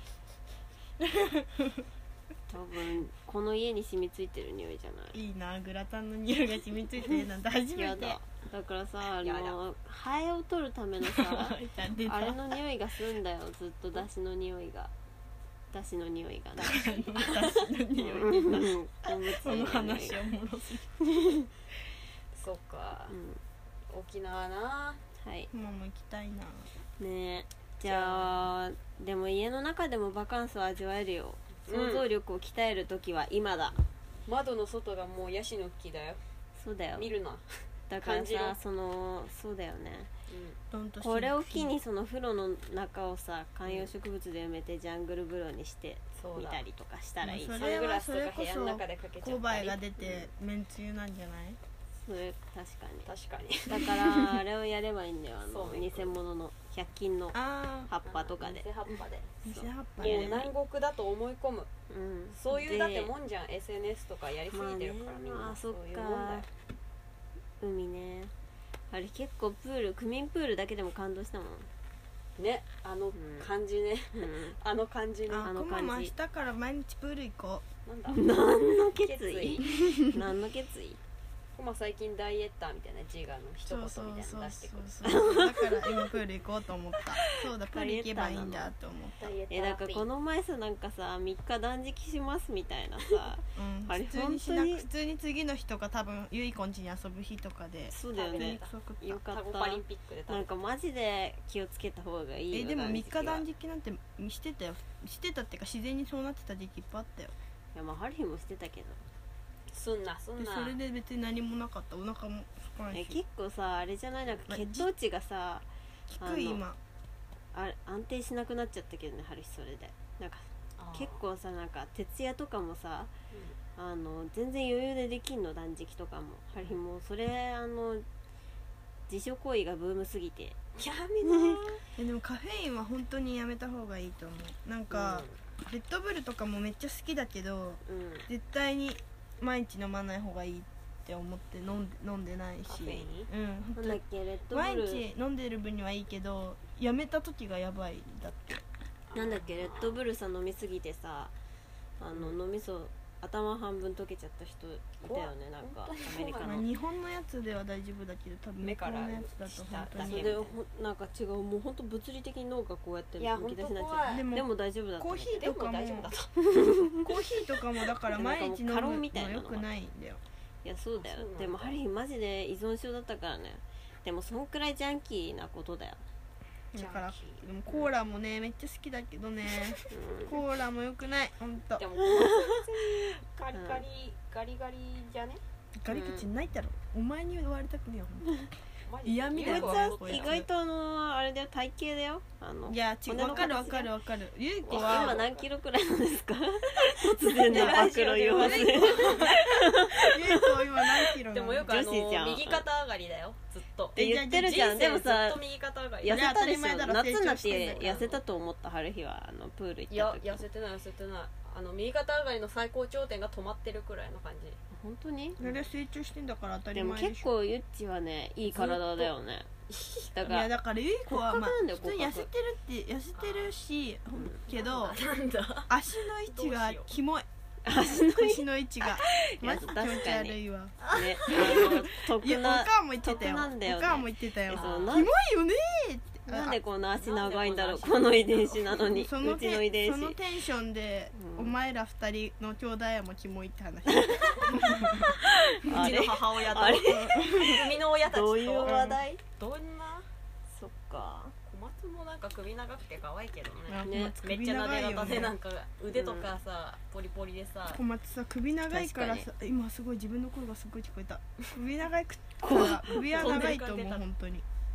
多分この家に染みついてる匂いじゃない。 いいなグラタンの匂いが染みついてるなんて初めてやだ。だからさあやだのハエを取るためのさ出たあれの匂いがすんだよ。ずっと出汁の匂いが出汁の匂いがね。 私の匂いうん昆布そのつゆの匂い話がおもろすぎそっかう。ん沖縄な。 はいママ行きたいな。 ねえじゃあでも家の中でもバカンスを味わえるよ。想像力を鍛える時は今だ。 窓の外がもうヤシの木だよ。 そうだよ。 見るな。 だから感じろさそのそうだよね。 どんとこれを機にその風呂の中をさ観葉植物で埋めてジャングル風呂にしてそうだみたりとかしたらいい。 まあそサングラスとか部屋の中でかけちゃったり。 コバエが出てめんつゆなんじゃない？ れ確かに。 確かに。 だからあれをやればいいんだよ。あのそうね偽物のひゃっ均のあ葉っぱとかで偽。葉っぱで。 あ偽葉っぱもうね。 南国だと思い込む。 うん。 そういうだってもん。 んじゃん。 エスエヌエス とかやりすぎてるからみんな。 まあねあそっそういうかもんだよ。 海ね。あれ結構プール区民プールだけでも感動したもん。 ね、あの感じね。 うん。 あの感じね。 ああの感じコマも明日から毎日プール行こなんだ。 何の決決意意何の決意コマ最近ダイエッターみたいな自我のう。 一言みたいなの出してくる。 そうそうそうだから今プール行こうと思ったそうだプール行けばいいんだと思ったダイエッターえだからこの前さなんかさみっか断食しますみたいなさうんあれ普通にしな本当に普通に次の日とか多分ゆいこん家に遊ぶ日とかでそうだよね普通に食ったよかっタゴパリンピックで食べた。 たなんかマジで気をつけた方がいいよえでもみっか断食い食なんてしてたよしてたっていうか自然にそうなってた時期いっぱいあったよやまあハリーもしてたけどすんなすんな。 でそれで別に何もなかったお腹も空かないしえ結構さあれじゃないなんかまあ血糖値がさあの低い今あれ安定しなくなっちゃったけどねハリーそれでなんかあー結構さなんか徹夜とかもさあの全然余裕でできんの断食とかもハリーもうそれあの自傷行為がブームすぎてやめなえでもカフェインは本当にやめた方がいいと思うなんか、レッドブルとかもめっちゃ好きだけどうん絶対に毎日飲まない方がいいって思って飲んで飲んでないしカフェインうんなんだっけレッド毎ブル日飲んでる分にはいいけどやめた時がやばいだってなんだっけレッドブルさ飲みすぎてさあの脳みそ頭半分溶けちゃった人いたよねなんか本当にアメリカまあ、 の日本のやつでは大丈夫だけど多分向こうのやつだと本当目からにそれでほんなんか違うもう本当物理的に脳がこうやっていやむき出しになっちほんと怖いゃうでも大丈夫だったコーヒーでもとかも大丈夫だと。 コーヒーとかもだから毎日飲むなんかもう過労のみたいなのよくないんだよいやそうだよそうなんだでもハリーマジで依存症だったからねでもそんくらいジャンキーなことだよ、 だからジャンキーでもコーラもねめっちゃ好きだけどねうんコーラもよくないほんとでもガリガリガリガリじゃね。 ガリ口ないだろお前に言われたくねえよほんとマジで嫌味だよゆうこはこいつ意外とあのあれだよ体型だよあのいや違う骨のわかるわ形かるわかるゆいこ今は何キロくらいなんですか突然の暴露言わせゆいこ今何キロなのでもよくあ女子じゃんの右肩上がりだよずっと。 って言ってるじゃんでも人生ずさっと右肩上がり。 痩せたでしょいや当たり前だろ夏になっ成長してんだよて痩せたと思った春日はあのプール行いやった時痩せてない痩せてない。あの右肩上がりの最高頂点が止まってるくらいの感じ。 本当にそれは成長してんだから当たりでも前でしょ結構ゆっちはねいい体だよねだいからやだからゆいこは、まあ骨格なんだよ普通に痩せてるって痩せてるしほんけどなんだ。 足の位置がキモい足の腰の位置がいやマジ気持ち悪いわねあのいやお得な母も言ってたよ得なんだよねお母も言ってたよえキモそうないんよねーってなんでこんな足長いんだろうなんでこの遺伝子なのにそのうちの遺伝子テンそのテンションで、 うんお前ら二人の兄弟もキモいって話うちあれの母親とあれ生みの親たちとどういう話題どんなそっか小松もなんか首長くて可愛いけどあね。 ねめっちゃなで型でなんかか腕とかさ、ポリポリでさ小松さ首長いからさ確今すごい自分の声がすごい聞こえた首長いから首は長いと思う本当にあ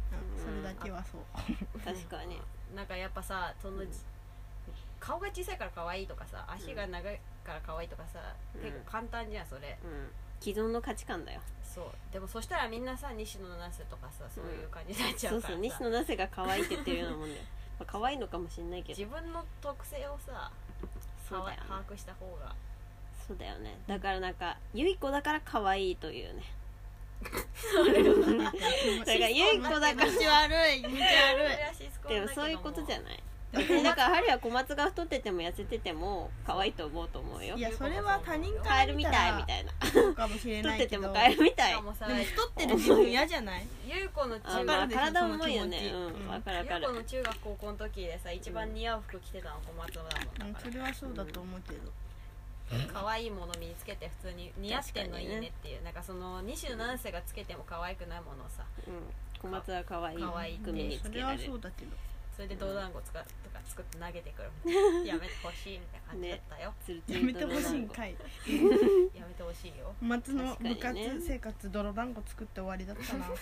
れだけはそう、 確かになんかやっぱさその、うん、顔が小さいから可愛いとかさ足が長いから可愛いとかさ、うん、結構簡単じゃんそれ、 うん、既存の価値観だよ。 そうでもそしたらみんなさ西野七瀬とかさそういう感じになっちゃうからさ、 うん、そうそう西野七瀬が可愛いって言ってるようなもんだよまあ可愛いのかもしれないけど自分の特性をさそうだよ、ね、 把握した方がそうだよね。だからなんかゆい子だから可愛いというねそれはだからゆい子だから道悪い道悪いでもそういうことじゃないだからハリは小松が太ってても痩せてても可愛いと思うと思うよ。 いやそれは他人からカエルみたいみたいなそうかもしれないけど太っててもカエルみたい。 でもさでも太ってる自分嫌じゃないゆう子の中あ、まあ、 学体重いよね。うん分かる分かる。 ゆう子の中学高校の時でさ一番似合う服着てたの小松だもんだから、 うん、それはそうだと思うけど、 可愛いもの身につけて普通に似合ってんのいいねっていう、ね、なんかその西野七瀬がつけても可愛くないものをさ、 うん、小松は可愛い可愛い服身につけられる。 それはそうだけどそれで泥団子とか作って投げてくるみたいなやめてほしいみたいな感じだったよ、 ね、 やめてほしいんかいやめてほしいよ。 松の部活生活泥団子作って終わりだったな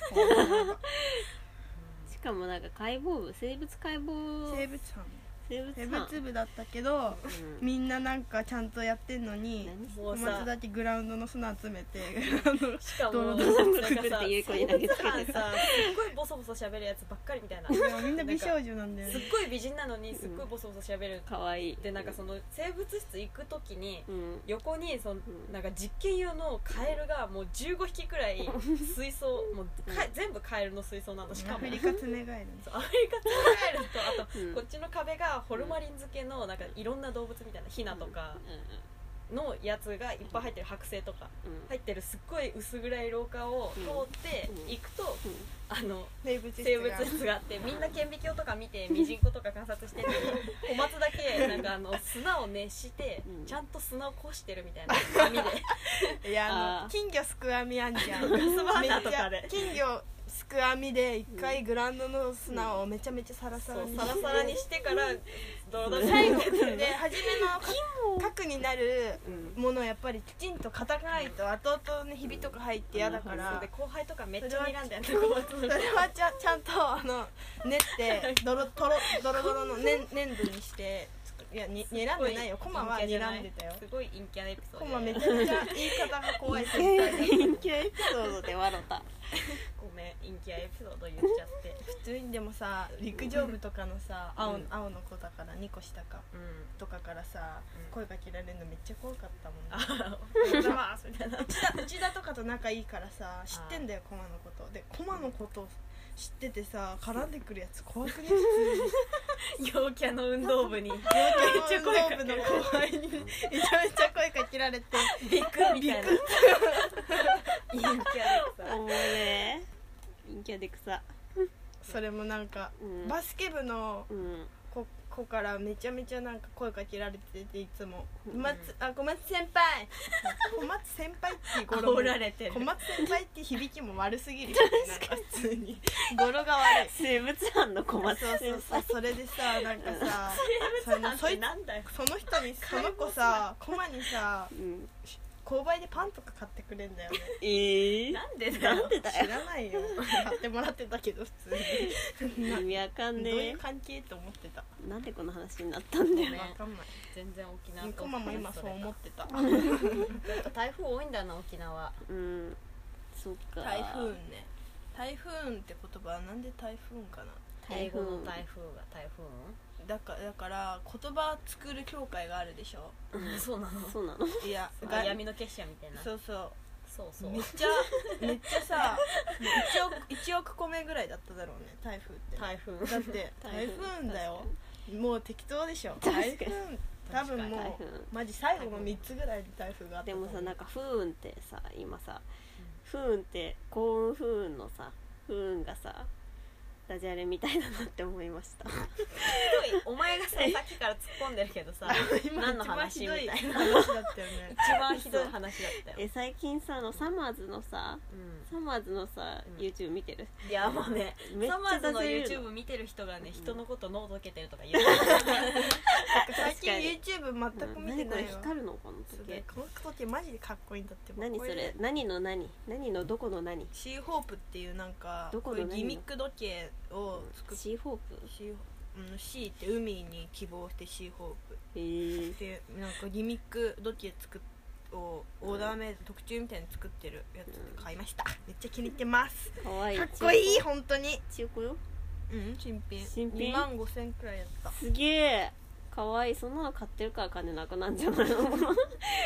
しかもなんか解剖部生物解剖生物班生物生物部だったけど、うん、みんななんかちゃんとやってんのに小松だけグラウンドの砂集めてしかも泥団子作っていう子に投げつけてさすっごいボソボソ喋るやつばっかりみたいなみんな美少女なんだよね。 すっごい美人なのにすっごいボソボソ喋る、 かわいい。 でなんかその生物室行く時に、 うん、 横にそのなんか実験用のカエルがもうじゅうごひきくらい水槽もうか全部カエルの水槽なの。しかもアフリカツメガエルアフリカツメガエルとあと、うん、こっちの壁がホルマリン漬けのなんかいろんな動物みたいなヒナとかのやつがいっぱい入ってる剥製とか入ってるすっごい薄暗い廊下を通って行くと、あの生物室があってみんな顕微鏡とか見てミジンコとか観察してて小松だけなんかあの砂を熱してちゃんと砂をこしてるみたいな網でいやあの金魚すく網あんじゃんガスバーナーとかで金魚すく網で一回グラウンドの砂をめちゃめちゃサラサラにサラサラにしてから泥だ最後で初めの核になるものをやっぱりきちんと固くないと後々ねひびとか入って嫌だから、 で後輩とかめっちゃ睨んでやったそれはちゃちゃんとあの練ってドロドロドロドロの粘土にしていやに睨んでないよ。コマは睨んでたよ。 すごい陰キャなエピソード。 コマめちゃめちゃ言い方が怖い先輩陰キャエピソードで笑った。 ごめん陰キャエピソード言っちゃって普通にでもさ陸上部とかのさ、うん、青, 青の子だからにこ下か、うん、とかからさ、うん、声かけられるのめっちゃ怖かったもんね。ああみたいな内田、内田とかと仲いいからさ知ってんだよコマのことで。コマのこと知っててさ絡んでくるやつ怖くね。 陽キャの運動部に陽キャの運動部の後輩にめちゃめちゃ声かけられてビクみたいな陰キャでさおもれ陰キャで草。 それもなんか、うん、バスケ部の子、子からめちゃめちゃなんか声かけられてていつも「小松、うん、あ小松先輩」小松先輩って語呂煽られてる。 小松先輩って響きも悪すぎる。なんか普通に語呂が悪い。 生物班の小松先輩。そうそうそうそれでさなんかさ生物班ってなんだよ。 その人にその子さコマにさ、うん購買でパンとか買ってくれんだよね。 えー、 なんでだよ。 なんでだよ。 知らないよ。買ってもらってたけど普通に。 意味わかんねえ。 どういう関係って思ってた。 なんでこの話になったんだよね。 わかんない。 全然沖縄。 コマも今そう思ってた。 台風多いんだな沖縄。 うん。そっか。 台風ね。台風って言葉はなんで台風かな。 英語の台風が台風。 だからだから言葉作る協会があるでしょ。 うん、そうなの。 そうなの。 いや闇の結社みたいな。 そうそうそうそう。 めっちゃめっちゃさいちおくいちおく米ぐらいだっただろうね台風って。 台風だって台風だよ。もう適当でしょ。台風多分もうマジ最後のみっつぐらいで台風があった。 でもさなんか不運ってさ今さ、不運って幸運不運のさ不運がさダジャレみたいだなって思いました。 ひどいお前がささっきから突っ込んでるけどさ何の話みたいな話だったよね。 一番ひどい話だったよ。 え最近さあのサマーズのさ、うん、サマーズのさ、うん、YouTube 見てる？ いやもうねサマーズの YouTube 見てる人がね、うん、人のこと脳溶けてるとか言う。 最近 YouTube 全く見てないわ。 何これ光るのこの時。 この時マジでかっこいいんだって。 何それ？何の何？何のどこの何？ シーホープっていうなんかどこの何ギミック時計を作っシーホープシー、うん、シーって海に希望してシーホープへーでなんかギミック土器で作っをオーダーメイド特注みたいに作ってるやつで買いました、めっちゃ気に入ってます。 かわいいかっこいい本当に。 中古ようん新品新品にまんごせんくらいやった。 すげえかわいい。そんなの買ってるから金なくなんじゃないのあーそんな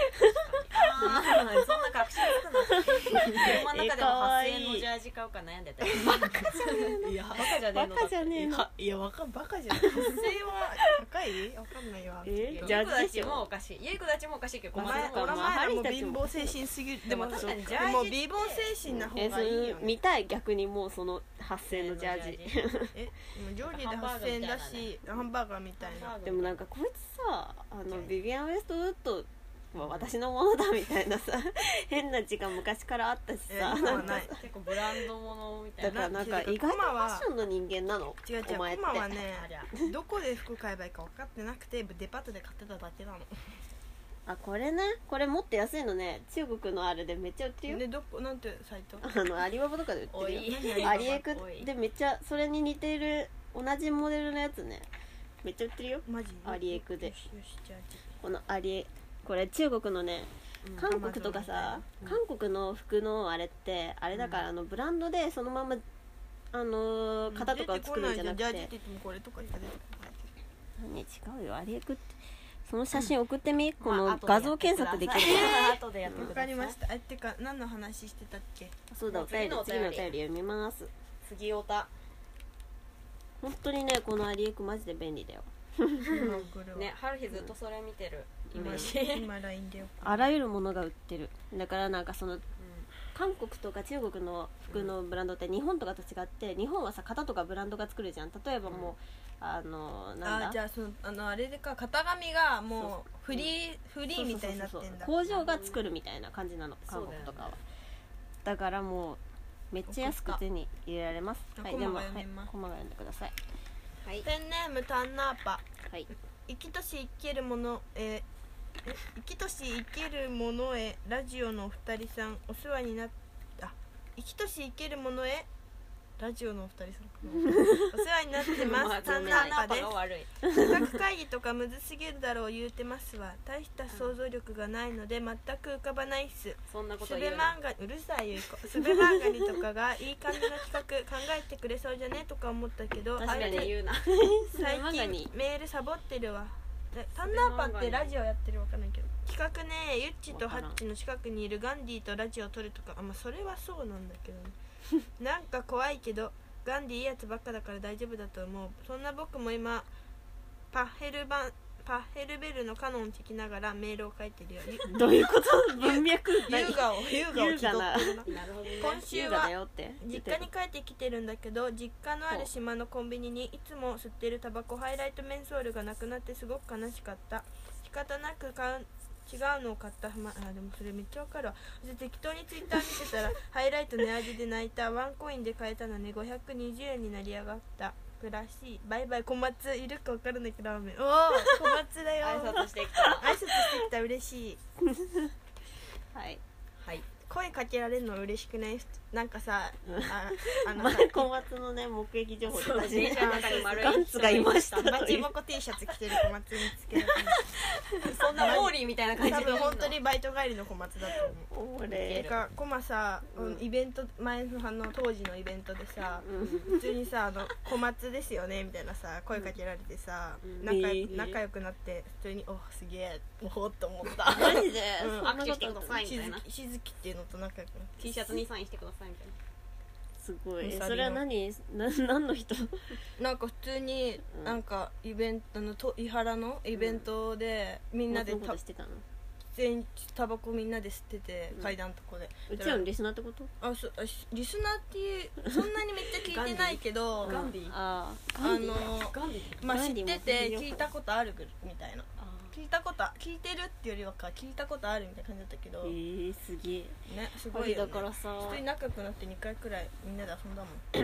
確信つくな車の中でもはっせんえんのジャージ買うか悩んでたよ。バカいやバカじゃねえのバカじゃねえのいやいやわかバカじゃん発生は高いわかんないわ。 えゆいジャ子たちージでしょもおかしい、ゆい子たちもおかしいけど、 お前小松のお前らもまあ貧乏精神すぎる。でも確かにジでャージっても貧乏精神な方えそがいいよね。 れ見たい逆にもうそのはっせんえんのジャージえもう上下ではっせんえんだしハンバーガーみたいな。 でもなんかこいつさあのビビアン・ウェストウッドは私のものだみたいなさ変な字が昔からあったしえさ今はない。 結構ブランド物みたいな。 だからなんか意外とファッションの人間なの違う違うお前って今はねありゃどこで服買えばいいか分かってなくてデパートで買ってただけなの。 あこれねこれもっと安いのね中国のあれでめっちゃ売ってるよでどこなんてサイト？ あのアリババとかで売ってるよおいアリエクおいでめっちゃそれに似てる同じモデルのやつねめっちゃ売ってるよマジ？ アリエクでよしよしじゃあこのアリエこれ中国のね韓国とかさ、 うん韓国の服のあれってあれだから、あのブランドでそのままあのー型とかを作るんじゃなくて、 ジャージって言ってもこれとかしか出てこない。 ね違うよアリエクってその写真送ってみ、こまあの画像検索できるから、 後でやってください。 わかりました。えってか何の話してたっけ？ そうだお便り次のお便り次のお便り読みます。 次おた本当にねこのアリエクマジで便利だよ。 今送るわね、春日ずっとそれ見てるイメ今ージ。 今 ライン で送るあらゆるものが売ってる。だからなんかその韓国とか中国の服のブランドって日本とかと違って日本はさ型とかブランドが作るじゃん。例えばもう、あのなんだあじゃあそのあのあれでか型紙がもうフリーフリーみたいになってんだ。 そうそうそうそう工場が作るみたいな感じなの韓国とかはだ,、からもうめっちゃ安く手に入れられます。はい、 あコマでもはいが読みますコマが読んでください。 はい。 ペンネームタンナーパ。 はい生きとし生けるものええ生きとし生けるものへラジオのお二人さんお世話になっあ生きとし生けるものへラジオのお二人さんかなお世話になってますタンナーパです。 悪い。 企画会議とかむずすぎるだろう言うてますわ。大した想像力がないので全く浮かばないっす。 そんなこすべと言うな。 漫画うるさいゆいこすべ漫画にとかがいい感じの企画考えてくれそうじゃねとか思ったけど確かに言うな。 最漫画に近メールサボってるわ。でタンナーパってラジオやってるわかんないけど企画ねユッチとハッチの近くにいるガンディとラジオを撮るとかあまあそれはそうなんだけどねなんか怖いけどガンディいいやつばっかだから大丈夫だと思う。そんな僕も今パッヘルバンパッヘルベルのカノンを聞きながらメールを書いてるよ。 どういうこと文脈優雅を優雅を気取ってるな。 なるほどね。 今週優雅はだよって実家に帰ってきてるんだけど実家のある島のコンビニにいつも吸ってるタバコハイライトメンソールがなくなってすごく悲しかった。仕方なく買う違うのを買った、まあでもそれめっちゃわかるわ。で適当にツイッター見てたらハイライト値上げで泣いた。ワンコインで買えたのねごひゃくにじゅうえんになりやがった。暮らしいバイバイ小松いるかわからないけどラーメンおお小松だよ挨拶してきた。 挨拶してきた嬉しい。 はいはい。 声かけられるの嬉しくない？なんかさああのさ前小松のね目撃情報とか電車の中に丸いガンツがいましたバチボコ T シャツ着てる小松見つけた。 そんなモーリーみたいな感じで多分本当にバイト帰りの小松だと思う。て俺かコマさ、 うんイベント前のあの当時のイベントでさ、 うん普通にさあの小松ですよねみたいなさ声かけられてさ、 うん仲良えー仲良くなって普通におすげえおおっと思った。 マジで、 うんそんなこと握手してくださいみたいな。 しずきっていうのと仲良くなって T シャツにサインしてくださいみたいな。 すごいむさびのそれは何な何の人なんか普通にうんなんかイベントのと伊原のイベントでみんなでそんなこたとしてたの全員タバコみんなで吸ってて、 うん階段のとこでうちらのリスナーってことあそあしリスナーっていうそんなにめっちゃ聞いてないけどガンディあああのガンディ。 まあ知っガンディもてて聞いたことあるぐみたいなあ聞いたこと聞いてるっていうよりはか聞いたことあるみたいな感じだったけどえー、すげえねすあれごいよ、ね、 だからさ普通に仲良くなってにかいくらいみんなで遊んだもん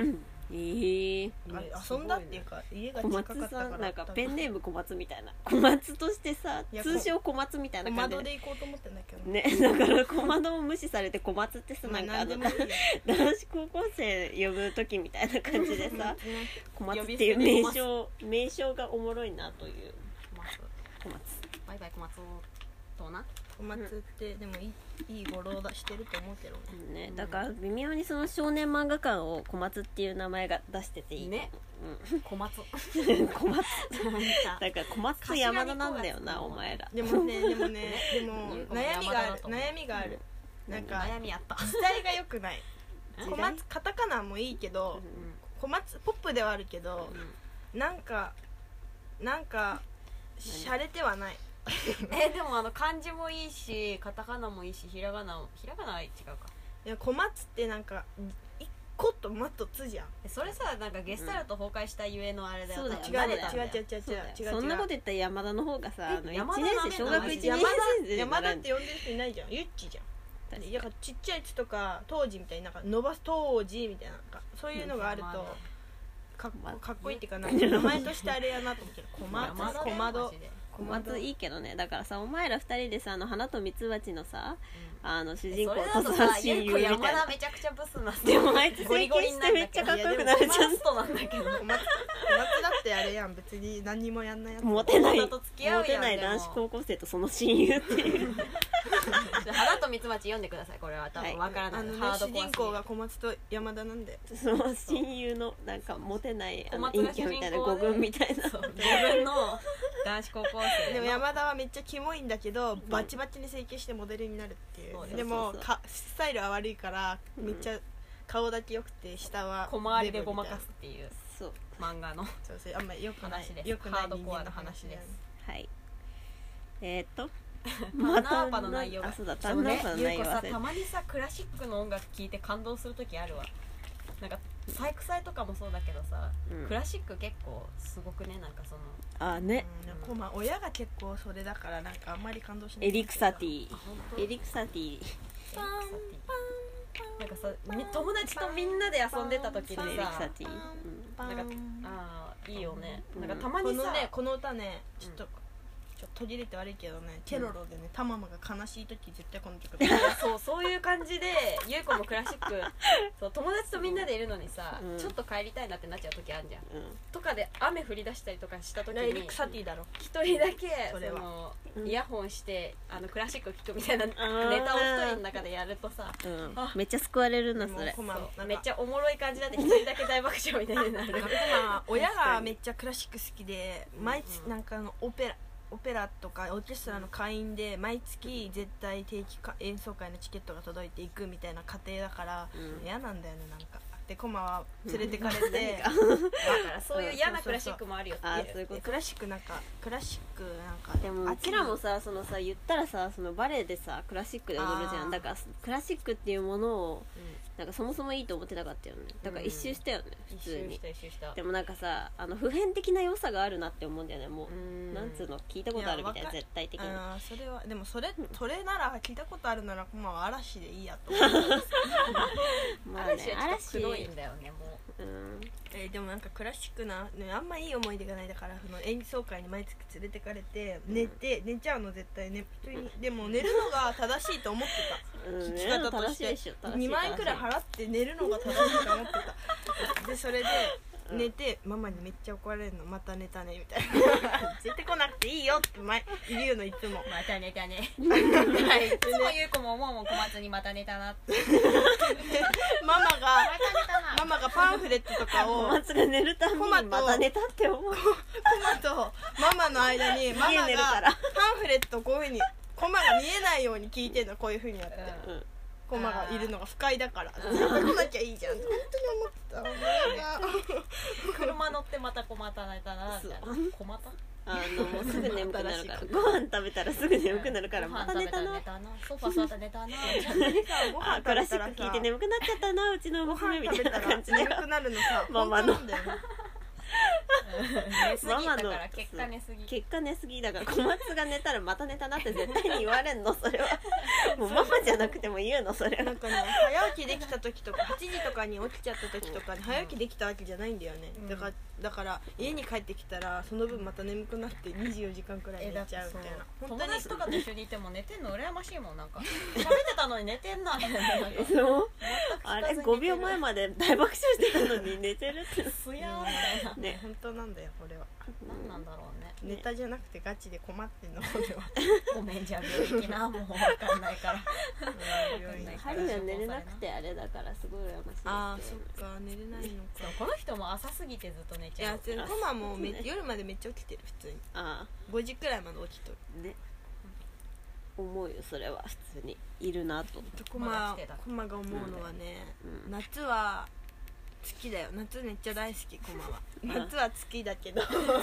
えー、 あれ遊んだっていうか家が小近かった松さからんなんかペンネーム小松みたいな小松としてさいや通称小松みたいな小感じ窓で行こうと思ってんだけどねだから小窓を無視されて小松ってさまあなんかあの何でもいいよ男子高校生呼ぶ時みたいな感じでさ小松っていう呼び捨てで名称名称がおもろいなという小松小松バイバイ小松とな小松ってでもいいいい語呂だしてると思うけどねね、だから微妙にその少年漫画館を小松っていう名前が出してていいね、 うん、 小松小松なんかだから小松と山田なんだよなお前らでもねでもねでもうん悩みがある山田だと思う悩みがあるなんか悩みあった時代が良くない時代小松カタカナもいいけど小松ポップではあるけどなんかなんか洒落てはないえでもあの漢字もいいしカタカナもいいしひらがなもひらがなは違うかいや小松ってなんか一個とマとつじゃんえそれさなんかゲスタルト崩壊したゆえのあれだよ、 そうだよ違う慣れたんだよ違う違う違う違うそうだよ違う違うそんなこと言ったら山田の方がさあの山田いちねんなんだ生小学いちねん山生田で山田って呼んでる人いないじゃんゆっちじゃん確かにいやちっちゃい「つ」とか当時みたいになんか伸ばす当時みたいななんかそういうのがあるとかっこかっこいいっていうかなんか名前としてあれやなと思ってる小松山田小窓小松いいけどねだからさお前らふたりでさあの花とミツバチのさあの主人公それだとさとさ親友みたい山田なめちゃくちゃブスなでもあいつゴリゴリになるんだけど整形してめっちゃかっこよくなるじゃんいやでもマストなんだけど小松小松だってあれやん別に何にもやんないやつモテない女と付き合うやんモテないでも男子高校生とその親友っていう花とミツバチ読んでくださいこれは多分わからない、 あのねハード主コアすぎる人公が小松と山田なんでその親友のなんかモテないあの小松が陰キャみたいな主人公で五軍みたいなそう自分の男子高校生のでも山田はめっちゃキモいんだけどバチバチに整形してモデルになるっていう、 そうでもそうそうかスタイルは悪いからめっちゃ顔だけ良くて下は小回りでごまかすっていうそう漫画のそうそうあんまり良くない話です良くないハードコアな人間の話話ですだよねはいえー、っとタナーパの内容があそうだそうねタナーパのゆうこさ内容忘れたまにさクラシックの音楽聴いて感動する時あるわなんか体育祭とかもそうだけどさ、 うんクラシック結構すごくねなんかそのあねうんなんかまあ親が結構それだからなんかあんまり感動しないエリクサティ本当エリクサティパンパンなんかさみ友達とみんなで遊んでた時にさエリクサティ、 パンなんかああいいよね、 うんなんかたまにさこのねこの歌ねちょっと、ちょっと途切れて悪いけどねケロロでねタママが悲しい時絶対この曲だいやそうそういう感じでゆうこもクラシックそう友達とみんなでいるのにさ、 うんちょっと帰りたいなってなっちゃう時あるじゃんうんとかで雨降り出したりとかした時にエリクサティだろ一人だけそれはのうんイヤホンしてあのクラシック聴くみたいなネあータを一人の中でやるとさうんあめっちゃ救われるなそれもうコマそうなんかめっちゃおもろい感じなんで一人だけ大爆笑みたいになるなんか今親がめっちゃクラシック好きで毎月なんかあのオペラオペラとかオーケストラの会員で毎月絶対定期か演奏会のチケットが届いていくみたいな家庭だからうん嫌なんだよねなんかでコマは連れてかれてだからそういう嫌なクラシックもあるよってあそういうことでクラシックなんかクラシックなんかでもうちらもさそのさ言ったらさそのバレエでさクラシックで踊るじゃあーんだからクラシックっていうものをなんかそもそもいいと思ってなかったよねだから一周したよね、 一普通に周した一周したでもなんかさあの普遍的な良さがあるなって思うんだよねもう、 うんなんつうの聞いたことあるみたいないやわか絶対的にあーそれはでもそれそれなら聞いたことあるならコマは嵐でいいやと思うまあね嵐はちょっとくどいんだよねもううんえーでもなんかクラシックな、ね、あんまいい思い出がないだからその演奏会に毎月連れてかれて寝て、寝ちゃうの絶対ね普通にでも寝るのが正しいと思ってたうん聞き方と正しいしてでしょ正しいにまん円くらい正し払って寝るのが正しいと思ってたでそれで寝て、ママにめっちゃ怒られるのまた寝たねみたいな絶対来なくていいよって前言うのいつもまた寝たねはいいつもゆうこも思うもん小松にまた寝たなってママがまた寝たなママがパンフレットとかを小松が寝るたびにコマとまた寝たって思うコマとママの間にママ家寝るからがパンフレットをこういうふうにコマが見えないように聞いてんのこういうふうにやって、 うんコマがいるのが不快だから絶対来なきゃいいじゃん本当に思ってた車乗ってまた小股寝たなみたいな小股あのもうすぐ眠くなるからご飯食べたらすぐ眠くなるからごまた飯食べたら寝たな寝たなソファ座ったら寝たなご飯あクラシ食べたらさック聞いて眠くなっちゃったなうちのご娘みたいな飯食べたら感じで眠くなるのさママの本当なんだよね寝すぎママのだから結果寝すぎ結果寝すぎだから小松が寝たらまた寝たなって絶対に言われんのそれはもうママじゃなくても言うのそれはなんかね早起きできた時とかはちじとかに起きちゃった時とかに早起きできたわけじゃないんだよね、 うんだからだから家に帰ってきたらその分また眠くなってにじゅうよじかんくらい寝ちゃうみたいな友本当に達とかと一緒にいても寝てんの羨ましいもんなんか喋ってたのに寝てんなみたいなそうあれごびょうまえまで大爆笑してたのに寝てるってすやーみたいなね本当なんだよこれは何なんだろうねネタじゃなくてガチで困ってんのこれはごめんじゃあ病気なもう分かんないから病院ないハリーは寝れなくてあれだからすごい羨ましいですけどああそっか寝れないのかでもこの人も朝すぎてずっと寝いちゃうやコマもめ夜までめっちゃ起きてる普通にあごじくらいまで起きとるあね思うよそれは普通にいるなとコまだマ来てたコマが思うのはね、 うん夏は好きだよ夏めっちゃ大好きコマは夏は好きだけど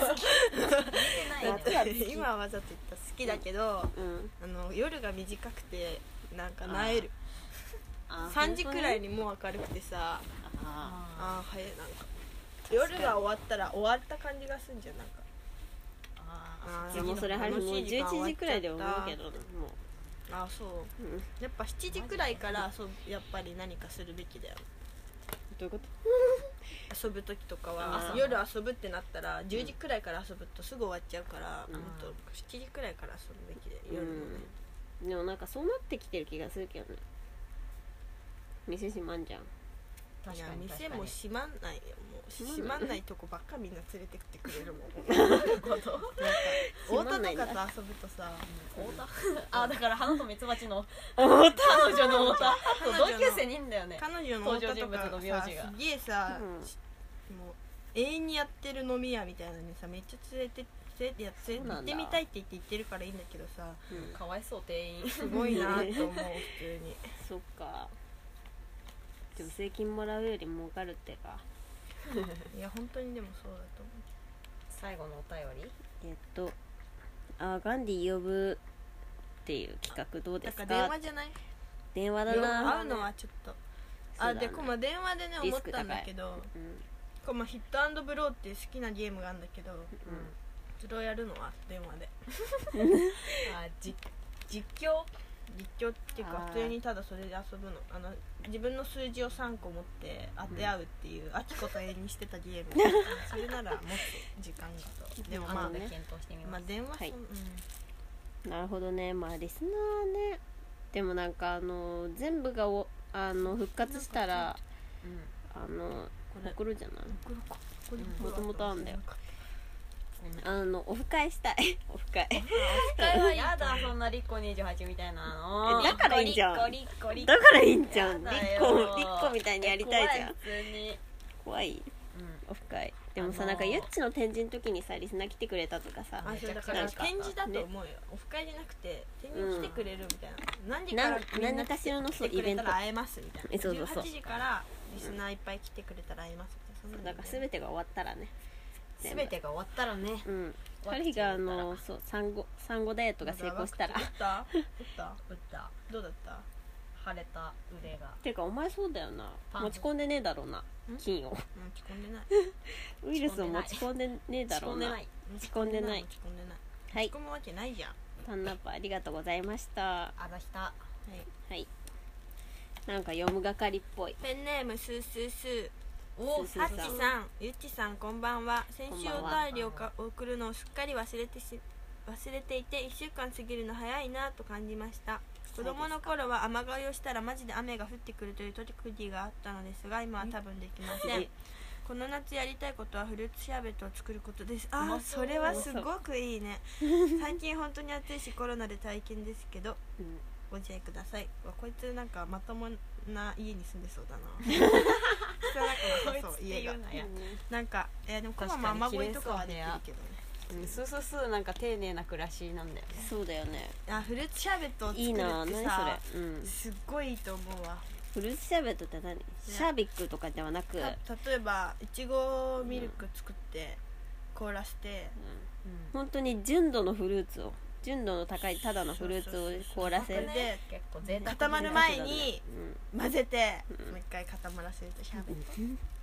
夏は好き今はわざと言った好きだけど、 うんあの夜が短くてなんか萎えるあさんじくらいにもう明るくてさああー早いなんか夜が終わったら終わった感じがすんじゃんなんかああーでもそれハリーもうじゅういちじくらいで思うけどもうあーそううんやっぱしちじくらいからそうやっぱり何かするべきだよどういうこと遊ぶ時とかはあー夜遊ぶってなったらじゅうじくらいから遊ぶとすぐ終わっちゃうから、 うんもっとしちじくらいから遊ぶべきで夜のね、 うんでもなんかそうなってきてる気がするけどね店閉まんじゃんいや確かに店も閉まんないよもう閉閉まんないまんないとこばっかみんな連れてってくれるもんなんか閉まんないんだ太田とかと遊ぶとさ太田あだから花とミツバチの太田彼女の太田彼女の同級生にいんだよね彼女の太田とか登場人物の名さ字がすげえさ、 うんしもう永遠にやってる飲み屋みたいなのにさめっちゃ連れて連れてや連れて行ってみたいって言って言ってるからいいんだけどさうんかわいそう店員すごいなと思う普通にそっか助成金もらうより儲かるってかいや本当にでもそうだと思最後のお便りえっとあガンディ呼ぶっていう企画どううですかなんか電話じゃない電話だ会なうのはちょっとそうだねあでコマ電話でねリスク思ったんだけどうんコマヒットアンドブローっていう好きなゲームがあるんだけどそれをやるのは電話であ実実況実況っていうかあー普通にただそれで遊ぶのあの自分の数字をさんこ持って当て合うっていうあきこと永遠にしてたゲームそれならもっと時間がでもまあ後でね検討してみまあます電話そはいうんなるほどねまあリスナーねでもなんかあの全部がおあの復活したらうんあのこれ送るじゃないこれここもともとあんだよごめんあのオフ会したいオフ会使いはやだそんなリッコにじゅうはちみたいなのえだからいいじゃんリッコリッコリッコだからいいんじゃんリやだッよコリッコみたいにやりたいじゃん怖普通に怖いうんオフ会でもさあのーなんかゆっちの展示の時にさリスナー来てくれたとかさあそうだからなんか展示だと思うよオフ会じゃなくて展示来てくれるみたいな何時からなんみんな何かしらの来てくそうイベントれたら会えますみたいなえそうそうそうじゅうはちじからリスナーいっぱい来てくれたら会えますみたいなだから全てが終わったらね全部全てが終わったらねうんハリーがあのそう産後産後ダイエットが成功したら打った打った打ったどうだった腫れた腕がてかお前そうだよなパン持ち込んでねえだろうな菌をうん着込んでないウイルスを持ち込んでねえだろうなない持ち込んでない持ち込んでないはい持ち込むわけないじゃんタンナップありがとうございましたあざしたはいはいなんか読む係っぽいペンネームスースースーおスースーハッチさんゆっちさんこんばんは先週おこんばんは便りをか送るのをすっかり忘れてし忘れていていっしゅうかん過ぎるの早いなと感じました子供の頃は雨がいをしたらマジで雨が降ってくるというトリクディがあったのですが今は多分できませんえこの夏やりたいことはフルーツシャーベットを作ることですああうまそうそれはすごくいいね最近本当に暑いしコロナで体験ですけどうんご自愛くださいわこいつなんかまともな家に住んでそうだな汚くなさそう家がなんか、えー、でもコマも雨乞いとかはできるけどねスースースーなんか丁寧な暮らしなんだよね。 そうだよねあフルーツシャーベットを作るいいなって何さそれうんすっごいいいと思うわフルーツシャーベットって何シャービックとかではなく、 た例えばいちごミルク作って凍らせて、 本当に純度のフルーツを純度の高いただのフルーツを凍らせるそれで結構贅沢固まる前にう混ぜて、 うんもう一回固まらせるとシャーベット、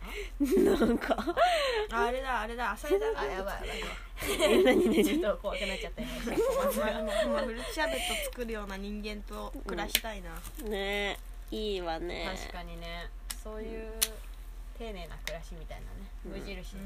なんかあれだあれだ浅井だあやばいやばいやえ何何ばいちょっと怖くなっちゃった今まあでもまあフルーツシャーベット作るような人間と暮らしたいな、 ねいいわね。 確かにねそういう丁寧な暮らしみたいなね無印の人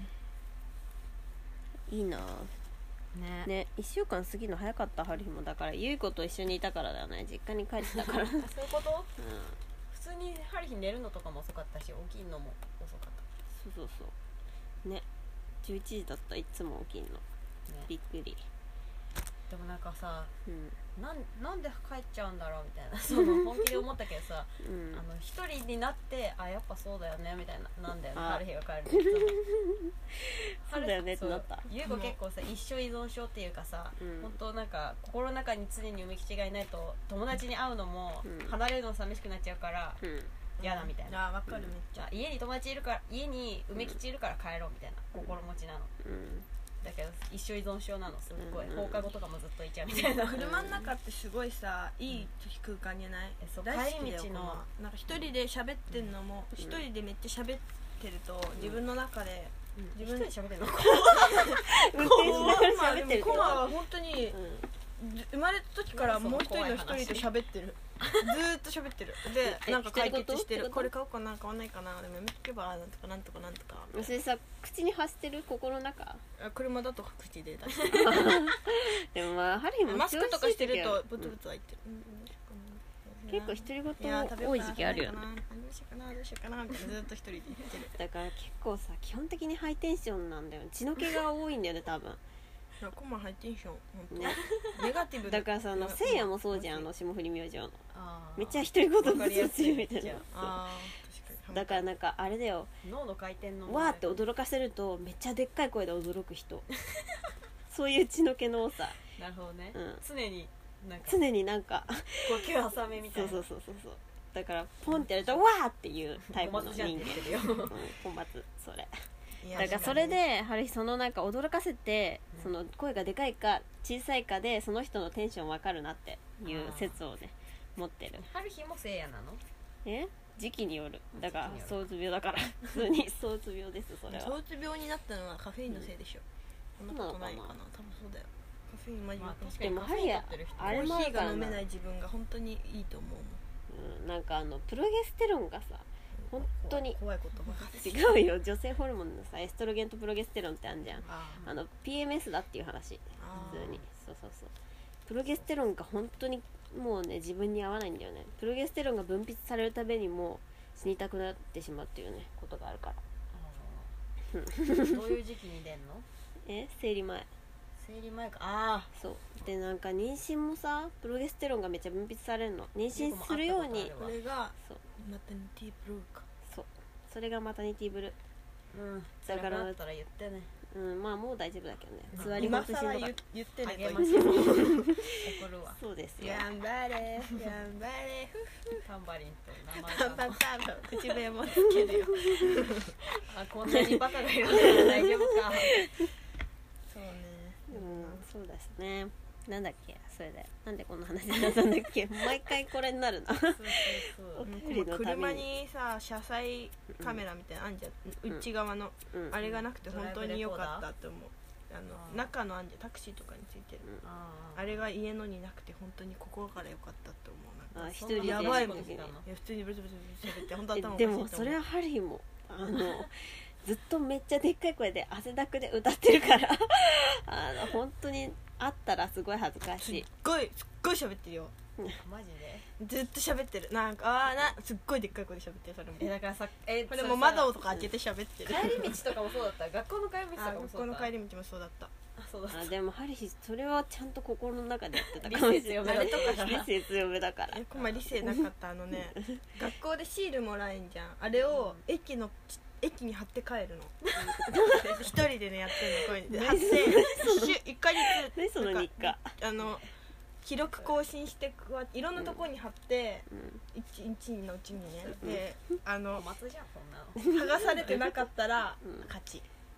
いいなねねいっしゅうかん過ぎるの早かった。春日もだからゆい子と一緒にいたからだよね。実家に帰ってたから、うん、 そういうこと普通に春日寝るのとかも遅かったし起きるのも遅かっそうそうそうねじゅういちじだった。いつも起きんのたねびっくり。 でもなんかさうんなんなんで帰っちゃうんだろうみたいなその本気で思ったけどさうんあの一人になってあやっぱそうだよねみたいななんだよねあ春日が帰るのいつもそうだよねってなった。 優子結構さ一生依存症っていうかさ、 うん本当なんか心の中に常に梅吉がいないと友達に会うのもうん離れるの寂しくなっちゃうからうん嫌だみたいな、 あ分かるめっちゃじゃあ家に友達いるから家に梅吉いるから帰ろうみたいな心持ちなのうんだけど一生依存症なのすっごいうん放課後とかもずっといちゃうみたいな車の中ってすごいさいい空間じゃない、 えそう大好きだよ帰り道のこのなんか一人で喋ってんのも一、人でめっちゃ喋ってると自分の中で、 自分で喋ってんの運転しながら喋ってるコマは本当にう生まれた時からもう一人の一人と喋ってるずーっと喋ってるでえなんか解決してる独り言これ買おうかな買わないかなでもやめとけばなんとかなんとかなんとかんそれさ口に発してる心の中あ車だと口で出してでもまあ春日もマスクとかしてるとブうんツブツは言ってる、うんうん結構独り言いや食べようかな多い時期あるよね。 どうしようかなどうしようかなみたいなずっと一人で言ってるだから結構さ基本的にハイテンションなんだよ。血の気が多いんだよね多分いやコマハイテンション本当、 ねネガティブだからさあのせいやもそうじゃん。あの霜降り明星のあーめっちゃ独り言わかぶつぶつりやすい言うみたいな。 あー確かにだからなんかあれだよ脳の回転のわーって驚かせるとめっちゃでっかい声で驚く人そういう血の気の多さ。 なるほどね、 うん常になんか常になんか呼吸浅めみたそいうなそうそうそうそうだからポンってやるとわーっていうタイプの人小松じゃんっ間て言ってるようん小松それいやだからそれで春日そのなんか驚かせてその声がでかいか小さいかでその人のテンション分かるなっていう説をね持ってる。 春日もせいやなのえ時期によるだから時期によ躁うつ病だから普通に躁うつ病ですそれは。 躁うつ病になったのはカフェインのせいでしょ、そんなことないかなそうなの多分そうだよカフェインマジまあ確かでもにカフェイン取ってる人あれもあコーヒーるからなが飲めない自分が本当にいいと思うもんうんなんかあのプロゲステロンがさ本当に怖い言葉が違うよ女性ホルモンのさエストロゲンとプロゲステロンってあるじゃん。 ああの ピーエムエス だっていう話あー普通にそうそうそうプロゲステロンが本当にもうね自分に合わないんだよね。プロゲステロンが分泌されるたびにもう死にたくなってしまうっていうねことがあるから。 あーどういう時期に出んのえ生理前生理前かあそうでなんか妊娠もさプロゲステロンがめっちゃ分泌されるの。妊娠するようにこれがそうマタニティブルーかそうそれがマタニティブルあうんだかだかららだったら言ってねうんまあもう大丈夫だけどねまあ座り今ほぐしとか更言言ってね励と言ってまし怒るわそうですよ。 頑張れ頑張れタンバリンと名前パンパンがパンパン口笛もつけるよあこんなにバカがいるんだから大丈夫かそうねうんそうですね。なんだっけそれでなんでこんな話になったんだっけ毎回これになるなそうそうそうお便りのため車ににさ車載カメラみたいなのあんじゃん、 うん内側の、 うんあれがなくて本当に良かったって思うあのあー中のあんじゃんタクシーとかについてる、 うんああれが家のになくて本当に心から良かったって思うなんかあ一そんな人でやばいもんことしたのいや普通にブツブツブツ喋って本当頭おかしいでと思うもそれはハリーもあのずっとめっちゃでっかい声で汗だくで歌ってるからあの本当に会ったらすごい恥ずかすっしい。 ごいすっごい喋ってるよーマジでずっと喋ってるなんかあーなすっごいでっかい声で喋ってるそれもえだからさえこれも窓とか開けて喋ってる帰り道とかもそうだった学校の帰り道とあかもそうだった学校の帰り道もそうだったあそうだったあでもハリーそれはちゃんと心の中でやってた理かもしれない。 性強めだったから理性強めだからえこま理性なかったあのね学校でシールもらえんじゃんあれを駅の駅に貼って帰るの一人でねやってるのこういうので貼って週いっかげつ何その日課。 あの記録更新してくわいろんなところに貼ってうん一日のうちにねであの小松じゃんこんなの剥がされてなかったらうん勝ち